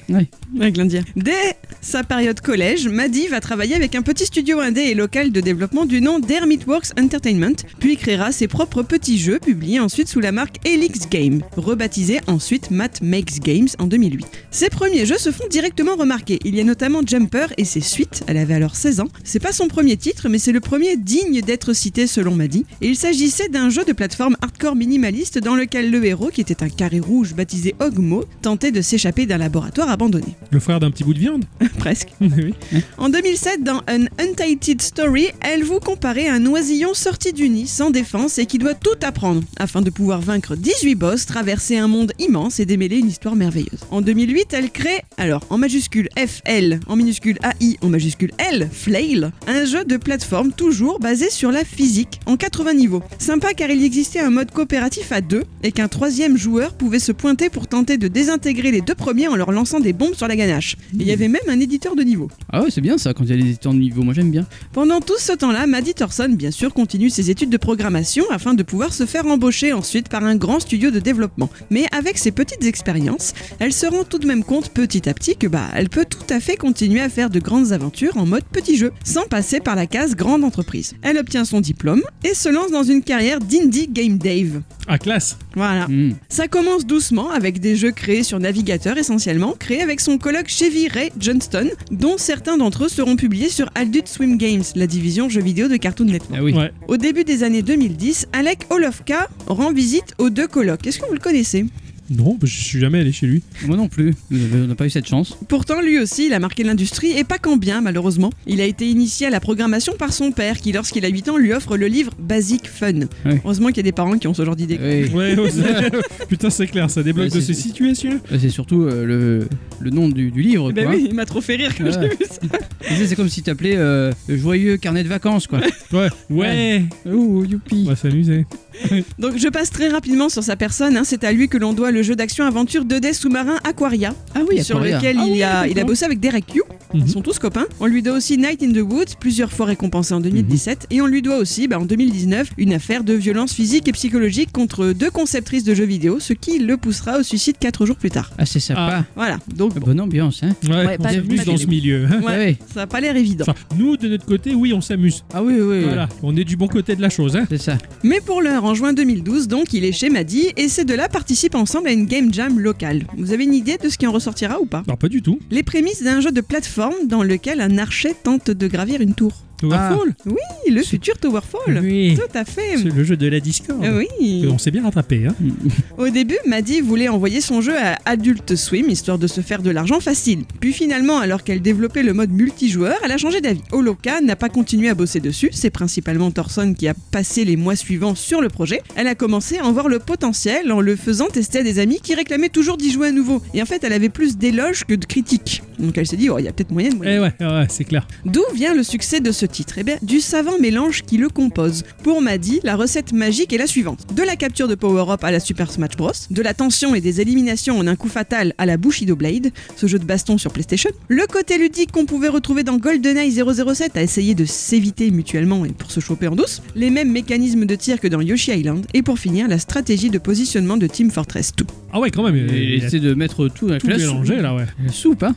S3: Avec l'Indien. Dès sa période collège, Maddy va travailler avec un petit studio indé et local de développement du nom d'Hermitworks Entertainment, puis créera ses propres petits jeux, publiés ensuite sous la marque Helix Game, rebaptisé ensuite Matt Makes Games en 2008. Ses premiers jeux se font directement remarquer. Il y a notamment Jumper et ses suites, elle avait alors 16 ans. C'est pas son premier titre, mais c'est le premier digne d'être cité selon Maddy. Et il s'agissait d'un jeu de plateforme hardcore minimaliste dans lequel le héros, qui était un carré rouge baptisé Ogmo, tentait de s'échapper d'un laboratoire abandonné.
S1: Le frère d'un petit bout de viande.
S3: Presque.
S1: Oui.
S3: En 2007, dans An Untitled Story, elle vous comparait à un oisillon sorti du nid, sans défense et qui doit tout apprendre, afin de pouvoir vaincre 18 boss, traverser un monde immense et démêler une histoire merveilleuse. En 2008, elle crée, alors en majuscule FL, en minuscule AI, en majuscule L, Flail, un jeu de plateforme toujours basé sur la physique, en 80 niveaux. Sympa car il existait un mode coopératif à 2, et qu'un troisième joueur pouvait se pointer pour tenter de désintégrer les deux premiers en leur lançant des bombes sur la ganache. Et il y avait même un éditeur de niveau.
S2: Ah ouais, c'est bien ça quand il y a des éditeurs de niveau, moi j'aime bien.
S3: Pendant tout ce temps-là, Maddy Thorson, bien sûr, continue ses études de programmation afin de pouvoir se faire embaucher ensuite par un grand studio de développement. Mais avec ses petites expériences, elle se rend tout de même compte petit à petit que elle peut tout à fait continuer à faire de grandes aventures en mode petit jeu, sans passer par la case grande entreprise. Elle obtient son diplôme et se lance dans une carrière d'indie game dev.
S1: Ah classe.
S3: Voilà. Ça commence doucement avec des jeux créés sur navigateur essentiellement, créés avec son coloc Chevy Ray Johnston, dont certains d'entre eux seront publiés sur Adult Swim Games, la division jeux vidéo de Cartoon Network.
S2: Ah oui.
S1: Ouais.
S3: Au début des années 2010, Alec Olovka rend visite aux deux colocs. Est-ce que vous le connaissez ?
S1: Non, je suis jamais allé chez lui.
S2: Moi non plus, on n'a pas eu cette chance.
S3: Pourtant, lui aussi, il a marqué l'industrie, et pas qu'en bien, malheureusement. Il a été initié à la programmation par son père, qui, lorsqu'il a 8 ans, lui offre le livre Basic Fun.
S2: Oui.
S3: Heureusement qu'il y a des parents qui ont ce genre d'idée.
S2: Oui.
S1: Ouais, putain, c'est clair, ça débloque de ces situations.
S2: C'est surtout le nom du livre,
S3: Ben
S2: quoi.
S3: oui, il m'a trop fait rire quand j'ai vu ça.
S2: C'est comme si t'appelais Joyeux carnet de vacances, quoi.
S1: Ouais.
S2: Ouh, youpi.
S1: On va s'amuser.
S3: Donc je passe très rapidement sur sa personne, hein. C'est à lui que l'on doit le jeu d'action-aventure 2D sous-marin Aquaria,
S2: Ah oui,
S3: sur
S2: Aquaria.
S3: lequel il a bossé avec Derek Yu. Ils sont tous copains. On lui doit aussi Night in the Woods, plusieurs fois récompensé en 2017, et on lui doit aussi, en 2019, une affaire de violence physique et psychologique contre deux conceptrices de jeux vidéo, ce qui le poussera au suicide 4 jours plus tard.
S2: Ah, c'est sympa.
S3: Voilà, donc bon.
S2: Bonne ambiance, hein.
S1: Ouais, on
S3: pas-
S1: s'amuse
S3: pas
S1: dans ce
S3: terrible.
S1: milieu. Hein.
S3: Ouais,
S2: Ouais.
S3: ça a pas l'air évident.
S1: Enfin, nous, de notre côté, oui, on s'amuse.
S2: Ah oui, oui.
S1: Voilà, on est du bon côté de la chose. Hein.
S2: C'est ça.
S3: Mais pour l'heure, en juin 2012, donc, il est chez Maddy, et ces deux-là participent ensemble à une game jam locale. Vous avez une idée de ce qui en ressortira ou pas ?
S1: Alors, pas du tout.
S3: Les prémices d'un jeu de plateforme dans lequel un archer tente de gravir une tour.
S1: Towerfall.
S3: Oui, le futur Towerfall.
S1: Oui.
S3: Tout à fait.
S1: C'est le jeu de la Discord.
S3: Oui.
S1: On s'est bien rattrapé. Hein.
S3: Au début, Maddy voulait envoyer son jeu à Adult Swim, histoire de se faire de l'argent facile. Puis finalement, alors qu'elle développait le mode multijoueur, elle a changé d'avis. Oloka n'a pas continué à bosser dessus, c'est principalement Thorson qui a passé les mois suivants sur le projet. Elle a commencé à en voir le potentiel en le faisant tester à des amis qui réclamaient toujours d'y jouer à nouveau. Et en fait, elle avait plus d'éloges que de critiques. Donc elle s'est dit, il y a peut-être moyen de moyen.
S1: Ouais, c'est clair.
S3: D'où vient le succès de ce titre ? Eh bien, du savant mélange qui le compose. Pour Maddy, la recette magique est la suivante. De la capture de power-up à la Super Smash Bros, de la tension et des éliminations en un coup fatal à la Bushido Blade, ce jeu de baston sur PlayStation, le côté ludique qu'on pouvait retrouver dans GoldenEye 007 à essayer de s'éviter mutuellement et pour se choper en douce, les mêmes mécanismes de tir que dans Yoshi Island, et pour finir, la stratégie de positionnement de Team Fortress 2.
S1: Ah ouais, quand même.
S2: Et
S1: Il a
S2: essayer de mettre tout avec
S1: tout
S2: la
S1: mélangé, là, ouais.
S2: soupe, hein.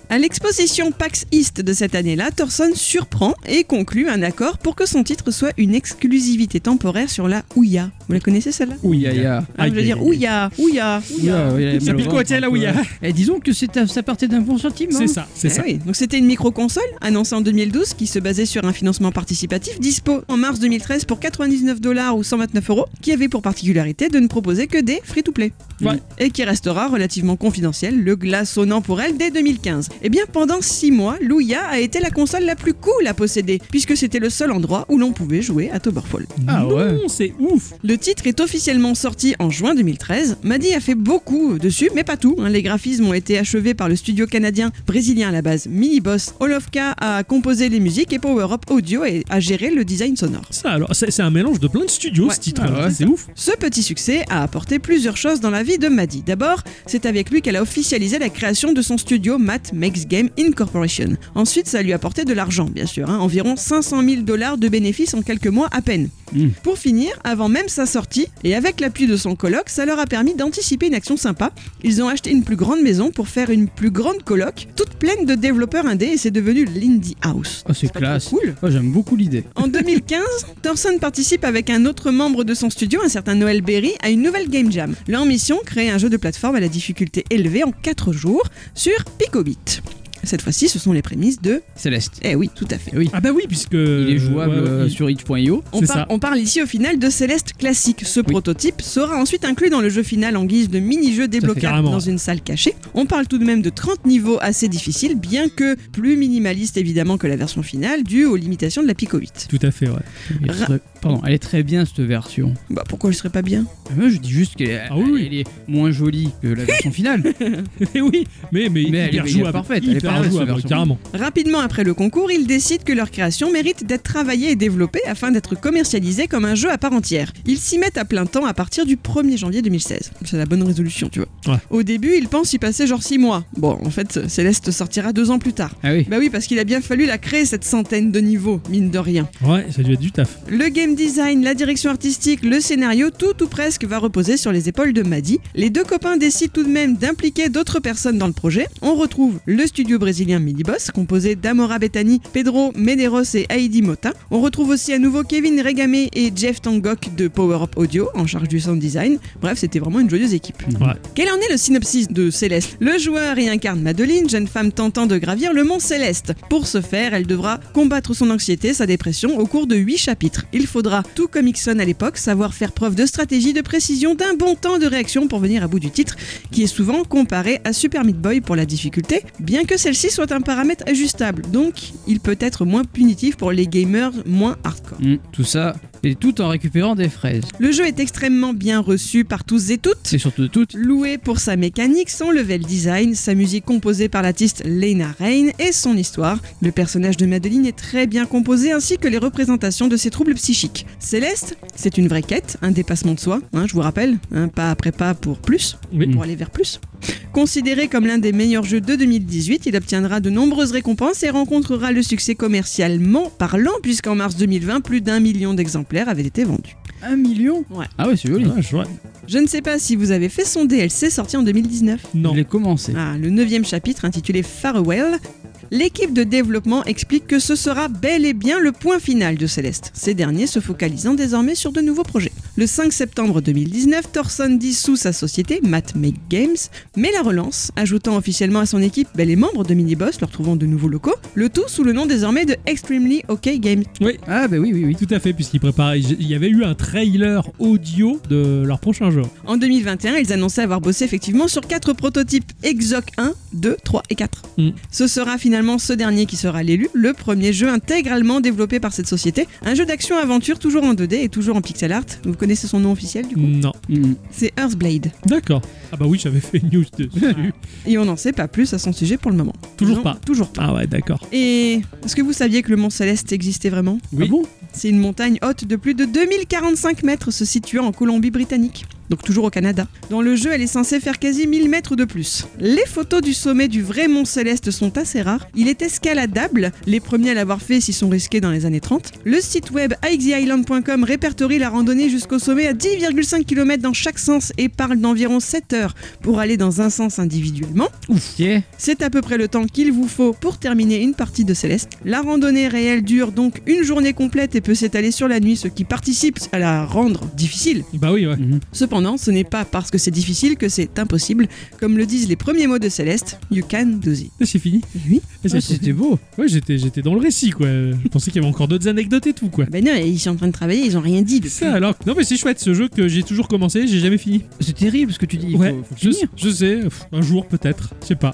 S3: À l'exposition PAX East de cette année-là, Thorson surprend et conclut un accord pour que son titre soit une exclusivité temporaire sur la Ouya. Vous la connaissez celle-là?
S2: Ouya.
S3: Ah, je veux dire Ouya.
S1: Ça pique quoi, tiens, la Ouya.
S2: Disons que ça partait d'un bon sentiment.
S1: C'est ça.
S3: Oui. Donc c'était une micro-console annoncée en 2012 qui se basait sur un financement participatif dispo en mars 2013 pour $99 ou 129 €, qui avait pour particularité de ne proposer que des free-to-play.
S1: Ouais.
S3: Et qui restera relativement confidentiel, le glaçonnant pour elle dès 2015. Eh bien, pendant 6 mois, l'Ouya a été la console la plus cool à posséder, puisque c'était le seul endroit où l'on pouvait jouer à Towerfall.
S2: Ah ouais.
S1: Non, c'est ouf.
S3: Le titre est officiellement sorti en juin 2013. Maddy a fait beaucoup dessus, mais pas tout. Les graphismes ont été achevés par le studio canadien brésilien à la base Miniboss. Olovka a composé les musiques et Power Up Audio a géré le design sonore.
S1: Ça alors, c'est un mélange de plein de studios ce titre. C'est ouf.
S3: Ce petit succès a apporté plusieurs choses dans la vie de Maddy. D'abord, c'est avec lui qu'elle a officialisé la création de son studio Matt Makes Game Incorporation. Ensuite, ça lui a apporté de l'argent, bien sûr, environ $500 000 de bénéfices en quelques mois à peine. Pour finir, avant même sa sortie, et avec l'appui de son coloc, ça leur a permis d'anticiper une action sympa. Ils ont acheté une plus grande maison pour faire une plus grande coloc, toute pleine de développeurs indés, et c'est devenu l'Indie House.
S2: Oh, c'est classe.
S3: Cool.
S2: Oh, j'aime beaucoup l'idée.
S3: En 2015, Thorson participe avec un autre membre de son studio, un certain Noel Berry, à une nouvelle Game Jam. Leur mission, créer un jeu de plateforme à la difficulté élevée en 4 jours sur Picobit. Cette fois-ci, ce sont les prémices de
S2: Céleste.
S3: Eh oui, tout à fait.
S2: Oui.
S1: Ah bah oui, puisque...
S2: Il est jouable sur itch.io.
S3: On parle ici au final de Céleste classique. Ce prototype sera ensuite inclus dans le jeu final en guise de mini-jeu débloquable dans une salle cachée. On parle tout de même de 30 niveaux assez difficiles, bien que plus minimaliste évidemment que la version finale, due aux limitations de la Pico 8.
S1: Tout à fait, ouais.
S2: Elle est très bien cette version.
S3: Bah pourquoi elle serait pas bien?
S2: Moi je dis juste qu'elle est, elle est moins jolie que la version finale.
S1: Oui, mais
S2: elle est parfaite. Elle est pas jouable,
S1: carrément.
S3: Rapidement après le concours, ils décident que leur création mérite d'être travaillée et développée afin d'être commercialisée comme un jeu à part entière. Ils s'y mettent à plein temps à partir du 1er janvier 2016. C'est la bonne résolution, tu vois. Ouais. Au début, ils pensent y passer genre 6 mois. Bon, en fait, Céleste sortira 2 ans plus tard.
S2: Ah oui.
S3: Bah oui, parce qu'il a bien fallu la créer cette centaine de niveaux, mine de rien.
S1: Ouais, ça a dû être du taf.
S3: Le game design, la direction artistique, le scénario, tout ou presque va reposer sur les épaules de Maddy. Les deux copains décident tout de même d'impliquer d'autres personnes dans le projet. On retrouve le studio brésilien Miniboss, composé d'Amora Bethany, Pedro Medeiros et Heidi Mota. On retrouve aussi à nouveau Kevin Regame et Jeff Tangok de Power Up Audio, en charge du sound design. Bref, c'était vraiment une joyeuse équipe.
S1: Ouais.
S3: Quel en est le synopsis de Céleste? Le joueur y incarne Madeline, jeune femme tentant de gravir le mont Céleste. Pour ce faire, elle devra combattre son anxiété, sa dépression, au cours de 8 chapitres. Il faudra, tout comme Ixon à l'époque, savoir faire preuve de stratégie, de précision, d'un bon temps de réaction pour venir à bout du titre, qui est souvent comparé à Super Meat Boy pour la difficulté, bien que celle-ci soit un paramètre ajustable, donc il peut être moins punitif pour les gamers moins hardcore.
S2: Tout ça, et tout en récupérant des fraises.
S3: Le jeu est extrêmement bien reçu par tous et toutes.
S2: Et surtout de toutes.
S3: Loué pour sa mécanique, son level design, sa musique composée par l'artiste Lena Rain et son histoire. Le personnage de Madeline est très bien composé ainsi que les représentations de ses troubles psychiques. Céleste, c'est une vraie quête, un dépassement de soi, je vous rappelle, pas après pas pour plus, pour aller vers plus. Considéré comme l'un des meilleurs jeux de 2018, il obtiendra de nombreuses récompenses et rencontrera le succès commercialement parlant puisqu'en mars 2020, plus d'1 million d'exemplaires avaient été vendus.
S2: 1 million?
S3: Ouais.
S2: Ah ouais, c'est joli.
S3: Je ne sais pas si vous avez fait son DLC sorti en 2019.
S1: Non.
S2: Je l'ai commencé.
S3: Le 9e chapitre intitulé Farewell. L'équipe de développement explique que ce sera bel et bien le point final de Céleste, ces derniers se focalisant désormais sur de nouveaux projets. Le 5 septembre 2019, Thorson dissout sa société, Matt Make Games, mais la relance, ajoutant officiellement à son équipe les membres de Miniboss, leur trouvant de nouveaux locaux, le tout sous le nom désormais de Extremely OK Games.
S1: Oui.
S2: Ah bah oui.
S1: Tout à fait, puisqu'ils préparaient, il y avait eu un trailer audio de leur prochain jeu.
S3: En 2021, ils annonçaient avoir bossé effectivement sur 4 prototypes Exoc 1, 2, 3 et 4. Ce sera finalement ce dernier qui sera l'élu, le premier jeu intégralement développé par cette société, un jeu d'action-aventure toujours en 2D et toujours en pixel art. Vous connaissez son nom officiel du coup?
S1: Non.
S3: C'est Earthblade.
S1: D'accord. Ah bah oui, j'avais fait une news dessus.
S3: Et on n'en sait pas plus à son sujet pour le moment.
S1: Toujours pas. Ah ouais, d'accord.
S3: Et est-ce que vous saviez que le mont Céleste existait vraiment?
S1: Oui. Ah bon?
S3: C'est une montagne haute de plus de 2045 mètres se situant en Colombie-Britannique. donc toujours au Canada. Dans le jeu, elle est censée faire quasi 1000 mètres de plus. Les photos du sommet du vrai Mont Céleste sont assez rares. Il est escaladable, les premiers à l'avoir fait s'y sont risqués dans les années 30. Le site web hiketheisland.com répertorie la randonnée jusqu'au sommet à 10,5 km dans chaque sens et parle d'environ 7 heures pour aller dans un sens individuellement.
S2: Ouf, yeah.
S3: C'est à peu près le temps qu'il vous faut pour terminer une partie de Céleste. La randonnée réelle dure donc une journée complète et peut s'étaler sur la nuit, ce qui participe à la rendre difficile.
S1: Bah oui, ouais.
S3: Cependant, ce n'est pas parce que c'est difficile que c'est impossible. Comme le disent les premiers mots de Céleste, you can do it.
S1: C'est fini.
S3: Oui.
S2: C'était beau.
S1: Ouais, j'étais dans le récit, quoi. Je pensais qu'il y avait encore d'autres anecdotes et tout, quoi.
S3: Ben non, ils sont en train de travailler, ils ont rien dit depuis.
S1: Ça alors. Non mais c'est chouette, ce jeu que j'ai toujours commencé, j'ai jamais fini.
S2: C'est terrible ce que tu dis.
S1: Ouais,
S2: faut finir.
S1: je sais, un jour peut-être, je sais pas.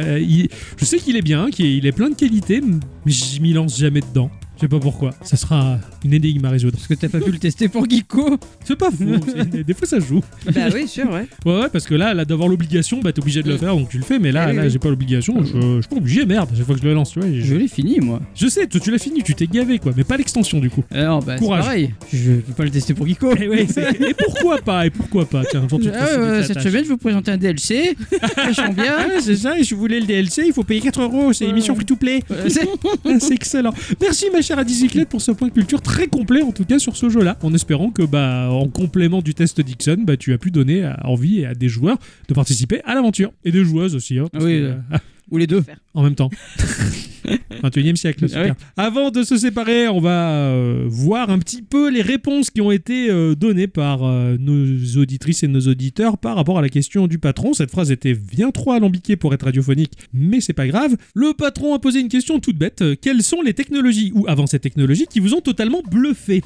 S1: Je sais qu'il est bien, qu'il est plein de qualités, mais je m'y lance jamais dedans. Je sais pas pourquoi. Ça sera une énigme à résoudre.
S2: Parce que t'as pas pu le tester pour Geeko.
S1: C'est pas faux. Des fois, ça se joue.
S3: Bah oui, sûr, ouais.
S1: Ouais, parce que là d'avoir l'obligation, bah t'es obligé de le faire, donc tu le fais. Mais là, j'ai pas l'obligation. Je suis pas obligé, merde. À chaque fois que je le lance, tu vois.
S2: Je l'ai fini, moi.
S1: Je sais, toi, tu l'as fini, tu t'es gavé, quoi. Mais pas l'extension, du coup.
S2: Alors, bah,
S1: courage.
S2: C'est pareil. Je peux pas le tester pour Geeko.
S1: Et pourquoi pas Tiens, un jour, tu te
S2: cette semaine, je vais vous présenter un DLC. Vachement bien.
S1: C'est ça, et je voulais le DLC, il faut payer 4 €. C'est émission free-to-play. C'est excellent. Merci, ma chère Adicyclette, pour ce point de culture très complet, en tout cas, sur ce jeu-là. En espérant que, en complément du test Dixon, tu as pu donner envie à des joueurs de participer à l'aventure. Et des joueuses aussi. Hein,
S2: oui, ou les deux.
S1: En même temps. 21e siècle, super. Ouais. Avant de se séparer, on va voir un petit peu les réponses qui ont été données par nos auditrices et nos auditeurs par rapport à la question du patron. Cette phrase était bien trop alambiquée pour être radiophonique, mais c'est pas grave. Le patron a posé une question toute bête. Quelles sont les technologies ou avancées technologiques qui vous ont totalement bluffé?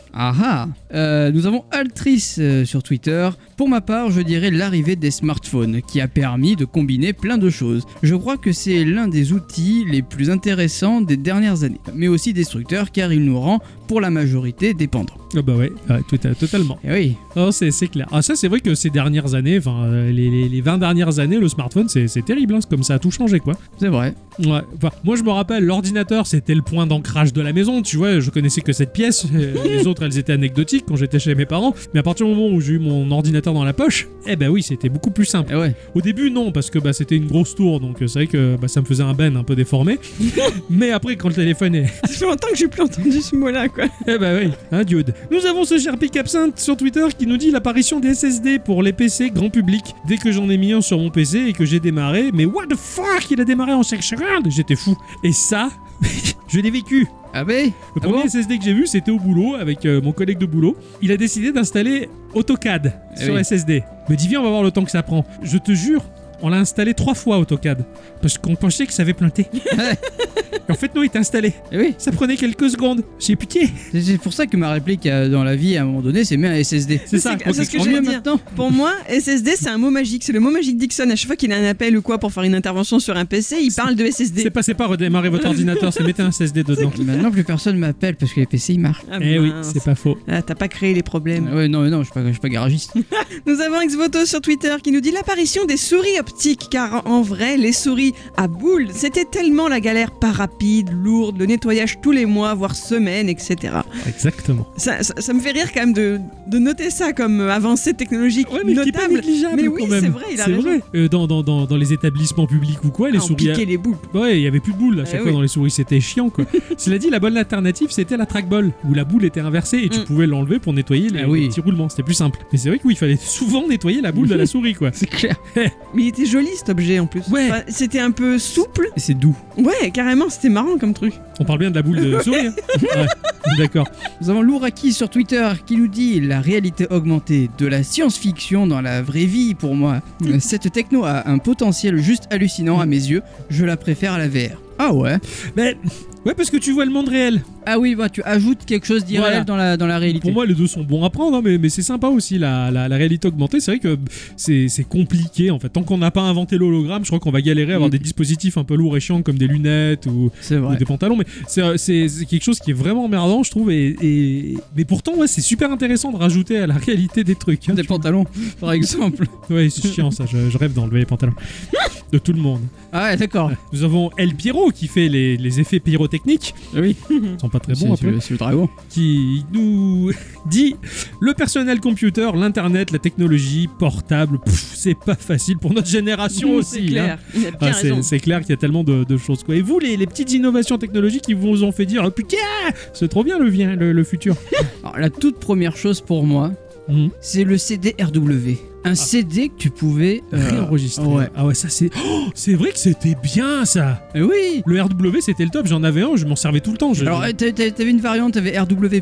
S2: Nous avons Altrice sur Twitter. Pour ma part, je dirais l'arrivée des smartphones qui a permis de combiner plein de choses. Je crois que c'est l'un des outils les plus intéressants des dernières années, mais aussi destructeur car il nous rend pour la majorité dépendants.
S1: Ah bah ouais, totalement.
S2: Et oui.
S1: Oh, c'est clair. Ah ça c'est vrai que ces dernières années, les 20 dernières années, le smartphone c'est terrible, hein, comme ça a tout changé quoi.
S2: C'est vrai.
S1: Ouais. Moi je me rappelle, l'ordinateur c'était le point d'ancrage de la maison, tu vois, je connaissais que cette pièce, les autres elles étaient anecdotiques quand j'étais chez mes parents, mais à partir du moment où j'ai eu mon ordinateur dans la poche, oui c'était beaucoup plus simple.
S2: Et ouais.
S1: Au début non, parce que c'était une grosse tour, donc c'est vrai que ça me faisait un ben un peu déformé, mais après quand le téléphone est...
S3: Ça fait longtemps que j'ai plus entendu ce mot-là quoi.
S1: Oui, un diode. Nous avons ce cher Pic Absinthe sur Twitter qui nous dit l'apparition des SSD pour les PC grand public. Dès que j'en ai mis un sur mon PC et que j'ai démarré, mais what the fuck, il a démarré en 5 secondes, j'étais fou. Et ça, je l'ai vécu.
S2: Ah ouais.
S1: Le premier SSD que j'ai vu, c'était au boulot avec mon collègue de boulot. Il a décidé d'installer AutoCAD sur SSD. Il me dit viens, on va voir le temps que ça prend. Je te jure, on l'a installé 3 fois AutoCAD parce qu'on pensait que ça avait planté. Et en fait non, il était installé.
S2: Et oui.
S1: Ça prenait quelques secondes. J'ai pitié.
S2: C'est pour ça que ma réplique dans la vie à un moment donné, c'est bien un SSD.
S3: C'est ça. C'est ce que je veux dire. Maintenant. Pour moi, SSD c'est un mot magique. C'est le mot magique Dixon. À chaque fois qu'il a un appel ou quoi pour faire une intervention sur un PC, il parle de SSD.
S1: C'est pas redémarrer votre ordinateur, c'est mettre un SSD dedans.
S2: Maintenant plus personne m'appelle parce que les PC ils marchent.
S1: Oui, c'est pas faux.
S3: Ah, t'as pas créé les problèmes.
S2: Ouais, non, je suis pas garagiste.
S3: Nous avons Xvoto sur Twitter qui nous dit l'apparition des souris optiques, car en vrai, les souris à boules, c'était tellement la galère, pas rapide, lourde, le nettoyage tous les mois, voire semaines, etc.
S1: Exactement.
S3: Ça me fait rire quand même de noter ça comme avancée technologique notable.
S1: Mais
S3: oui, c'est vrai, il a raison.
S1: Vrai. Dans les établissements publics ou quoi, les souris...
S3: On piquait les boules.
S1: Ouais, il y avait plus de boules à chaque fois dans les souris, c'était chiant quoi. Cela dit, la bonne alternative, c'était la trackball, où la boule était inversée et tu pouvais l'enlever pour nettoyer les petits roulements. C'était plus simple. Mais c'est vrai que il fallait souvent nettoyer la boule de la souris quoi.
S2: C'est clair.
S3: Mais il était joli cet objet en plus.
S1: Ouais.
S3: C'était un peu souple.
S2: Et c'est doux.
S3: Ouais, carrément, c'était marrant comme truc.
S1: On parle bien de la boule de souris. Hein. Ouais, d'accord.
S2: Nous avons Louraki sur Twitter qui nous dit la réalité augmentée de la science-fiction dans la vraie vie pour moi. Cette techno a un potentiel juste hallucinant à mes yeux. Je la préfère à la VR. Ah ouais.
S1: Mais ouais, parce que tu vois le monde réel.
S2: Ah oui, tu ajoutes quelque chose d'irréel dans la réalité.
S1: Pour moi, les deux sont bons à prendre, hein, mais c'est sympa aussi la réalité augmentée. C'est vrai que c'est compliqué en fait. Tant qu'on n'a pas inventé l'hologramme, je crois qu'on va galérer à avoir des dispositifs un peu lourds et chiants comme des lunettes ou des pantalons. Mais c'est quelque chose qui est vraiment emmerdant, je trouve. Mais pourtant, c'est super intéressant de rajouter à la réalité des trucs. Hein,
S2: des pantalons, par exemple.
S1: Ouais, c'est chiant ça. Je rêve d'enlever les pantalons. de tout le monde.
S2: Ah ouais, d'accord.
S1: Nous avons El Piro qui fait les effets pyrotechniques.
S2: Oui.
S1: Ils sont pas très bons après.
S2: C'est le dragon.
S1: Qui nous dit le personnel computer, l'internet, la technologie portable, c'est pas facile pour notre génération aussi.
S3: C'est clair.
S1: Hein.
S3: Il a bien raison.
S1: C'est clair qu'il y a tellement de choses quoi. Et vous les petites innovations technologiques qui vous ont fait dire putain, c'est trop bien le futur.
S2: Alors, la toute première chose pour moi, c'est le CD RW. Un CD que tu pouvais
S1: réenregistrer.
S2: Ouais.
S1: Ah ouais, ça c'est. Oh, c'est vrai que c'était bien ça.
S2: Oui.
S1: Le RW c'était le top. J'en avais un, je m'en servais tout le temps.
S2: Alors t'avais une variante, t'avais RW+, ou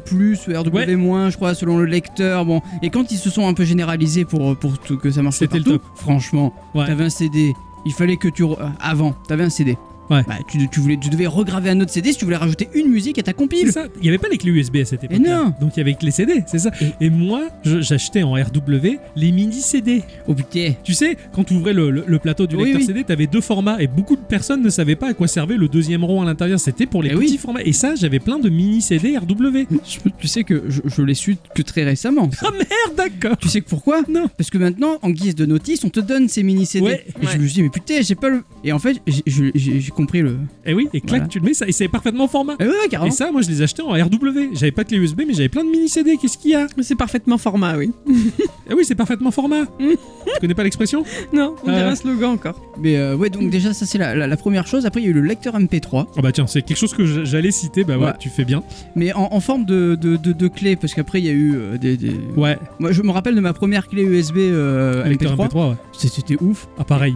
S2: RW-, je crois, selon le lecteur. Bon, et quand ils se sont un peu généralisés pour tout, que ça marche
S1: c'était
S2: partout,
S1: le top.
S2: Franchement, t'avais un CD. Il fallait que avant, t'avais un CD.
S1: Ouais.
S2: Bah, tu devais regraver un autre CD si tu voulais rajouter une musique à ta compile.
S1: C'est ça. Il n'y avait pas les clés USB à cette époque.
S2: Non.
S1: Donc il y avait que les CD, c'est ça. Et moi, j'achetais en RW les mini CD.
S2: Oh putain.
S1: Tu sais, quand tu ouvrais le plateau du lecteur CD, tu avais 2 formats et beaucoup de personnes ne savaient pas à quoi servait le deuxième rond à l'intérieur. C'était pour les petits formats. Et ça, j'avais plein de mini CD RW.
S2: Tu sais que je l'ai su que très récemment.
S1: Ah merde, d'accord.
S2: Tu sais pourquoi?
S1: Non.
S2: Parce que maintenant, en guise de notice, on te donne ces mini CD. Et je me suis dit, mais putain, j'ai pas le. Et en fait, j'ai compris le.
S1: Et oui, et clac, tu le mets, ça, et c'est parfaitement format.
S2: Ouais, carrément.
S1: Et ça, moi, je les achetais en RW. J'avais pas de clé USB, mais j'avais plein de mini CD. Qu'est-ce qu'il y a?
S3: C'est parfaitement format, oui.
S1: Eh oui, c'est parfaitement format. Tu connais pas l'expression?
S3: Non, on dirait un slogan encore.
S2: Mais ouais, donc déjà, ça c'est la première chose. Après, il y a eu le lecteur MP3.
S1: Oh bah tiens, c'est quelque chose que j'allais citer. Bah ouais, tu fais bien.
S2: Mais en forme de clé, parce qu'après, il y a eu des.
S1: Ouais.
S2: Moi, je me rappelle de ma première clé USB
S1: lecteur MP3 ouais.
S2: C'était ouf.
S1: Ah pareil.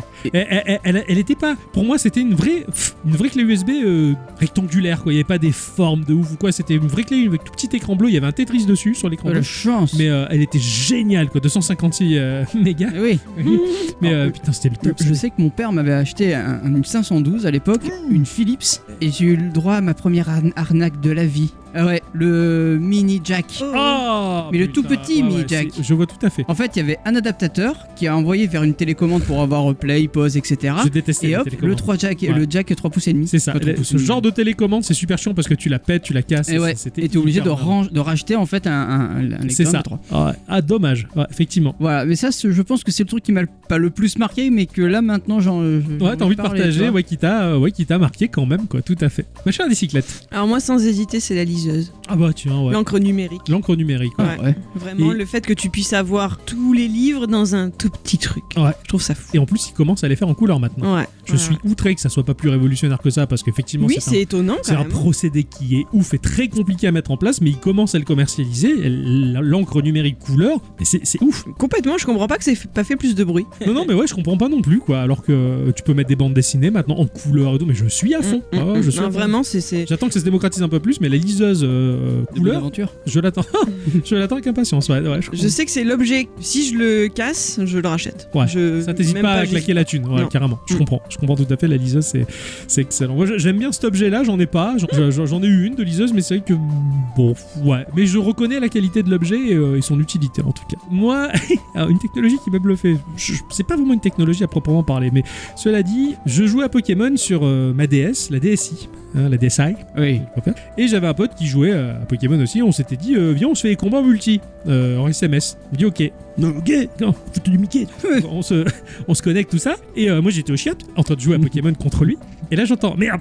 S1: Elle était pas. Pour moi, c'était une vraie clé USB rectangulaire quoi. Il y avait pas des formes de ouf ou quoi. C'était une vraie clé avec tout petit écran bleu. Il y avait un Tetris dessus sur l'écran bleu.
S2: La chance.
S1: Mais elle était géniale quoi. 256 mégas.
S2: Oui.
S1: Mais putain, c'était le top.
S2: Je sais que mon père m'avait acheté une 512 à l'époque, une Philips, et j'ai eu le droit à ma première arnaque de la vie. Ah ouais, le mini jack. Mais le tout petit mini jack.
S1: Je vois tout à fait.
S2: En fait, il y avait un adaptateur qui a envoyé vers une télécommande pour avoir play, pause, etc.
S1: Je détestais
S2: et hop, le 3 jack, le jack 3 pouces et demi.
S1: C'est ça. Ce genre de télécommande, c'est super chiant parce que tu la pètes, tu la casses.
S2: Et t'es obligé de racheter en fait un lecteur MP3.
S1: Ah, dommage. Ouais, effectivement.
S2: Voilà, mais ça, je pense que c'est le truc qui m'a pas le plus marqué, mais que là maintenant, t'as
S1: envie de partager, qui t'a marqué quand même, quoi. Tout à fait. Ma chère bicyclette.
S3: Alors moi, sans hésiter, c'est la liseuse.
S1: Ah bah tiens, ouais.
S3: L'encre numérique.
S1: Ouais.
S3: Vraiment, le fait que tu puisses avoir tous les livres dans un tout petit truc.
S1: Ouais.
S3: Je trouve ça fou.
S1: Et en plus, ils commencent à les faire en couleur maintenant.
S3: Ouais.
S1: Je suis outré que ça soit pas plus révolutionnaire que ça parce qu'effectivement,
S3: c'est étonnant.
S1: C'est un procédé qui est ouf et très compliqué à mettre en place, mais ils commencent à le commercialiser. L'encre numérique couleur, mais c'est ouf.
S3: Complètement, je comprends pas que ça ait pas fait plus de bruit.
S1: Non, mais ouais, je comprends pas non plus quoi. Alors que tu peux mettre des bandes dessinées maintenant en couleur et tout, mais je suis à fond.
S3: Vraiment, c'est.
S1: J'attends que ça se démocratise un peu plus, mais la liseuse couleur, je l'attends. Je l'attends avec impatience. Ouais,
S3: je sais que c'est l'objet. Si je le casse, je le rachète.
S1: Ouais. Ça t'hésite pas à claquer la thune. Ouais, carrément. Je comprends tout à fait. La liseuse, c'est excellent. Moi, j'aime bien cet objet-là. J'en ai pas. J'en ai eu une de liseuse, mais c'est vrai que bon, ouais. Mais je reconnais la qualité de l'objet et son utilité en tout cas. Moi, alors, une technologie qui m'a bluffé. C'est pas vraiment une technologie à proprement parler, mais cela dit, je jouais à Pokémon sur ma DS, la DSi. La DSi.
S2: Oui.
S1: Et j'avais un pote qui jouait à Pokémon aussi. On s'était dit, viens, on se fait des combats multi en SMS. Il me dit, ok. Non, foutu du Mickey. on se connecte, tout ça. Et moi, j'étais au chiottes en train de jouer à Pokémon contre lui. Et là, j'entends, merde.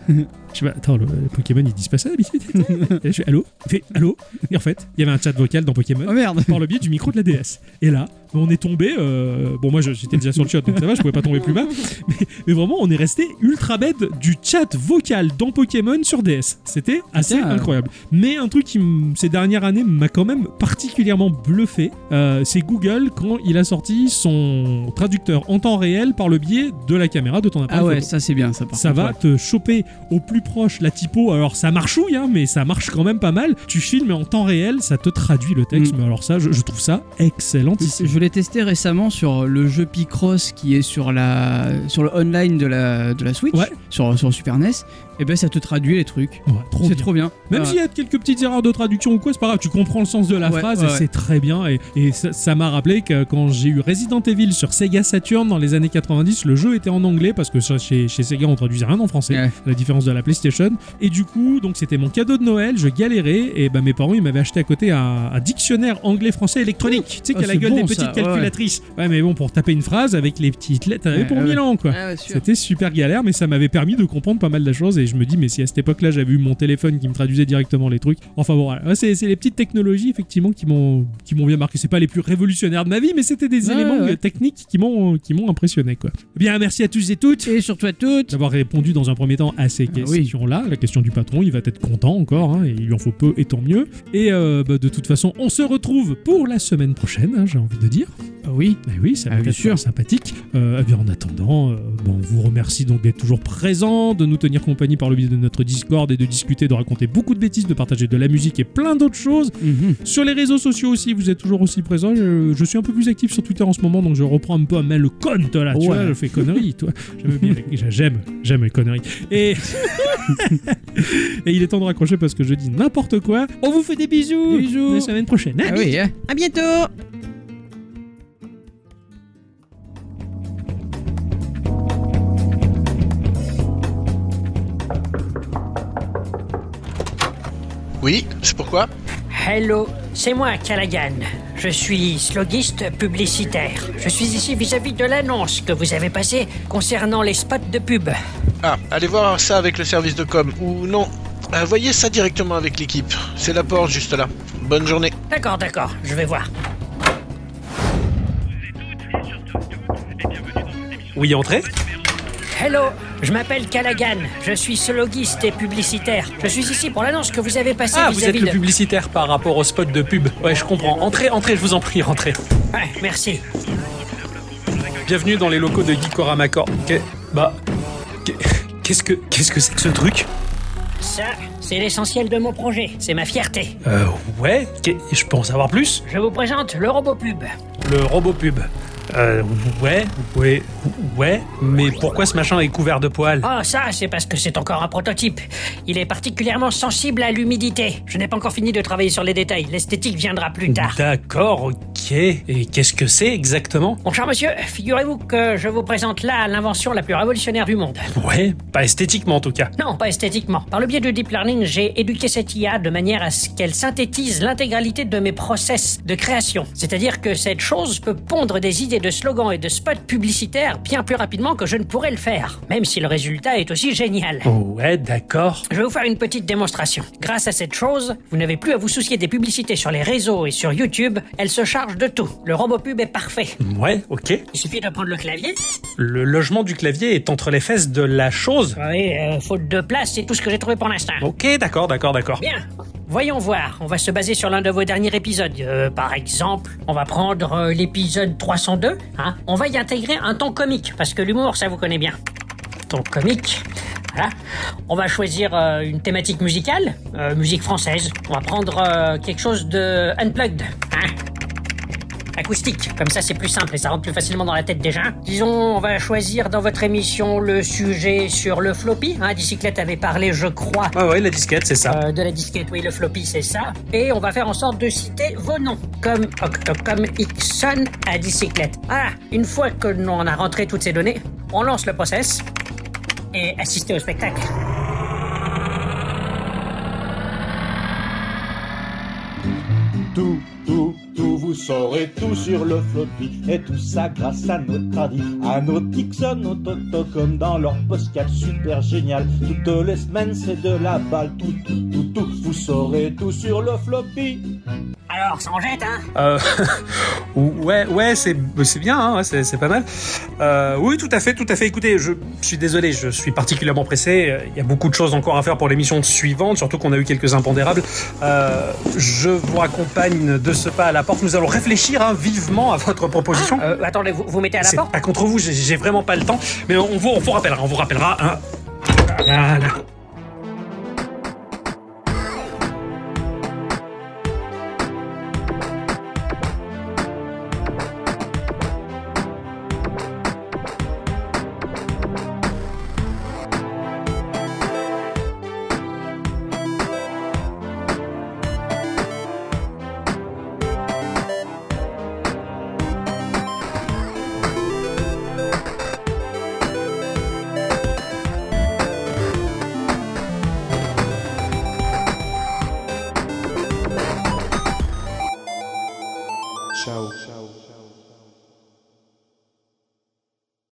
S1: Je fais, attends, le Pokémon, il dit pas ça d'habitude. Et là, je fais, allô. Il fait, allô. Et en fait, il y avait un chat vocal dans Pokémon.
S2: Oh merde.
S1: Par le biais du micro de la DS. Et là, on est tombé. Bon, moi, j'étais déjà sur le chat, donc ça va, je pouvais pas tomber plus bas. Mais vraiment, on est resté ultra bête du chat vocal dans Pokémon sur DS. C'était assez incroyable. Mais un truc qui, ces dernières années, m'a quand même particulièrement bluffé, c'est Google quand il a sorti son traducteur en temps réel par le biais de la caméra de ton appareil.
S2: Ah ouais,
S1: photo.
S2: ça c'est bien,
S1: ça va te choper au plus proche la typo. Alors ça marchouille, mais ça marche quand même pas mal. Tu filmes en temps réel, ça te traduit le texte. Mais alors ça, je trouve ça excellentissime.
S2: Je l'ai testé récemment sur le jeu Picross qui est sur le online de la Switch, sur Super NES. Et ben ça te traduit les trucs.
S1: Ouais, c'est trop bien. Même s'il y a quelques petites erreurs de traduction ou quoi, c'est pas grave. Tu comprends le sens de la phrase et c'est très bien. Et ça ça m'a rappelé que quand j'ai eu Resident Evil sur Sega Saturn dans les années 90, le jeu était en anglais parce que chez Sega on traduisait rien en français, à la différence de la PlayStation. Et du coup, donc c'était mon cadeau de Noël, je galérais et mes parents ils m'avaient acheté à côté un dictionnaire anglais-français électronique. Tu sais, qui a la gueule des petites calculatrices. Ouais, mais bon, pour taper une phrase avec les petites lettres, t'avais pour 1000 ans, quoi. C'était super galère, mais ça m'avait permis de comprendre pas mal de choses. Et je me dis, mais si à cette époque-là, j'avais eu mon téléphone qui me traduisait directement les trucs. Enfin bon, voilà. C'est les petites technologies, effectivement, qui m'ont bien marqué. C'est pas les plus révolutionnaires de ma vie, mais c'était des éléments techniques qui m'ont impressionné, quoi. Eh bien, merci à tous et toutes.
S2: Et surtout à toutes.
S1: D'avoir répondu dans un premier temps à ces questions-là. La question du patron, il va être content encore, hein, et il lui en faut peu, et tant mieux. Et de toute façon, on se retrouve pour la semaine prochaine, hein, j'ai envie de dire. Oui, ça va être sympathique. Bien en attendant, on vous remercie donc d'être toujours présents, de nous tenir compagnie par le biais de notre Discord et de discuter, de raconter beaucoup de bêtises, de partager de la musique et plein d'autres choses. Sur les réseaux sociaux aussi, vous êtes toujours aussi présents. Je suis un peu plus actif sur Twitter en ce moment, donc je reprends un peu à main le compte là. Tu vois, je fais conneries, toi. J'aime les conneries. Et il est temps de raccrocher parce que je dis n'importe quoi. On vous fait des bisous. La semaine prochaine.
S3: À bientôt.
S9: Oui, c'est pourquoi?
S4: Hello, c'est moi, Callaghan. Je suis slogiste publicitaire. Je suis ici vis-à-vis de l'annonce que vous avez passée concernant les spots de pub.
S9: Ah, allez voir ça avec le service de com. Ou non, voyez ça directement avec l'équipe. C'est la porte juste là. Bonne journée.
S4: D'accord, je vais voir.
S10: Oui, entrez.
S4: Hello, je m'appelle Callaghan, je suis slogiste et publicitaire. Je suis ici pour l'annonce que vous avez passée vis-à-vis
S10: vous êtes le publicitaire par rapport au spot de pub. Ouais, je comprends. Entrez, je vous en prie, rentrez.
S4: Ouais, merci.
S10: Bienvenue dans les locaux de Geekorama Corp. Qu'est-ce que c'est que ce truc?
S4: Ça, c'est l'essentiel de mon projet, c'est ma fierté.
S10: Ouais, je peux en savoir plus?
S4: Je vous présente le robot pub.
S10: Le robot pub. Ouais, mais pourquoi ce machin est couvert de poils?
S4: Oh, ça, c'est parce que c'est encore un prototype. Il est particulièrement sensible à l'humidité. Je n'ai pas encore fini de travailler sur les détails. L'esthétique viendra plus tard.
S10: D'accord, ok. Et qu'est-ce que c'est exactement?
S4: Mon cher monsieur, figurez-vous que je vous présente là l'invention la plus révolutionnaire du monde.
S10: Ouais, pas esthétiquement en tout cas.
S4: Non, pas esthétiquement. Par le biais du deep learning, j'ai éduqué cette IA de manière à ce qu'elle synthétise l'intégralité de mes process de création. C'est-à-dire que cette chose peut pondre des idées de slogans et de spots publicitaires bien plus rapidement que je ne pourrais le faire, même si le résultat est aussi génial.
S10: Ouais, d'accord.
S4: Je vais vous faire une petite démonstration. Grâce à cette chose, vous n'avez plus à vous soucier des publicités sur les réseaux et sur YouTube, elle se charge de tout. Le robot pub est parfait.
S10: Ouais, ok.
S4: Il suffit de prendre le clavier.
S10: Le logement du clavier est entre les fesses de la chose.
S4: Oui, faute de place, c'est tout ce que j'ai trouvé pour l'instant.
S10: Ok, d'accord.
S4: Bien. Voyons voir, on va se baser sur l'un de vos derniers épisodes. Par exemple, on va prendre l'épisode 302. Hein. On va y intégrer un ton comique, parce que l'humour, ça vous connaît bien. Ton comique, voilà. On va choisir une thématique musicale, musique française. On va prendre quelque chose de unplugged, hein. Acoustique, comme ça c'est plus simple et ça rentre plus facilement dans la tête des gens. Disons, on va choisir dans votre émission le sujet sur le floppy. Hein, Dicyclette avait parlé, je crois.
S10: Ouais, la disquette, c'est ça.
S4: De la disquette, oui, le floppy, c'est ça. Et on va faire en sorte de citer vos noms, comme Octocom Ixon à Dicyclette. Voilà, une fois que l'on a rentré toutes ces données, on lance le process et assistez au spectacle.
S11: Tout, vous saurez tout sur le floppy. Et tout ça grâce à notre tradi, à nos Dixon, nos Toto, comme dans leur postcard super génial. Toutes les semaines c'est de la balle, tout, vous saurez tout sur le floppy.
S4: Alors, ça en jette, hein?
S10: Ouais, c'est bien, hein, c'est pas mal. Oui, tout à fait. Écoutez, je suis désolé, je suis particulièrement pressé. Il y a beaucoup de choses encore à faire pour l'émission suivante, surtout qu'on a eu quelques impondérables. Je vous raccompagne de ce pas à la porte. Nous allons réfléchir vivement à votre proposition.
S4: Attendez, vous mettez à la porte?
S10: Pas contre vous, j'ai vraiment pas le temps. Mais on vous rappellera. Hein. Voilà.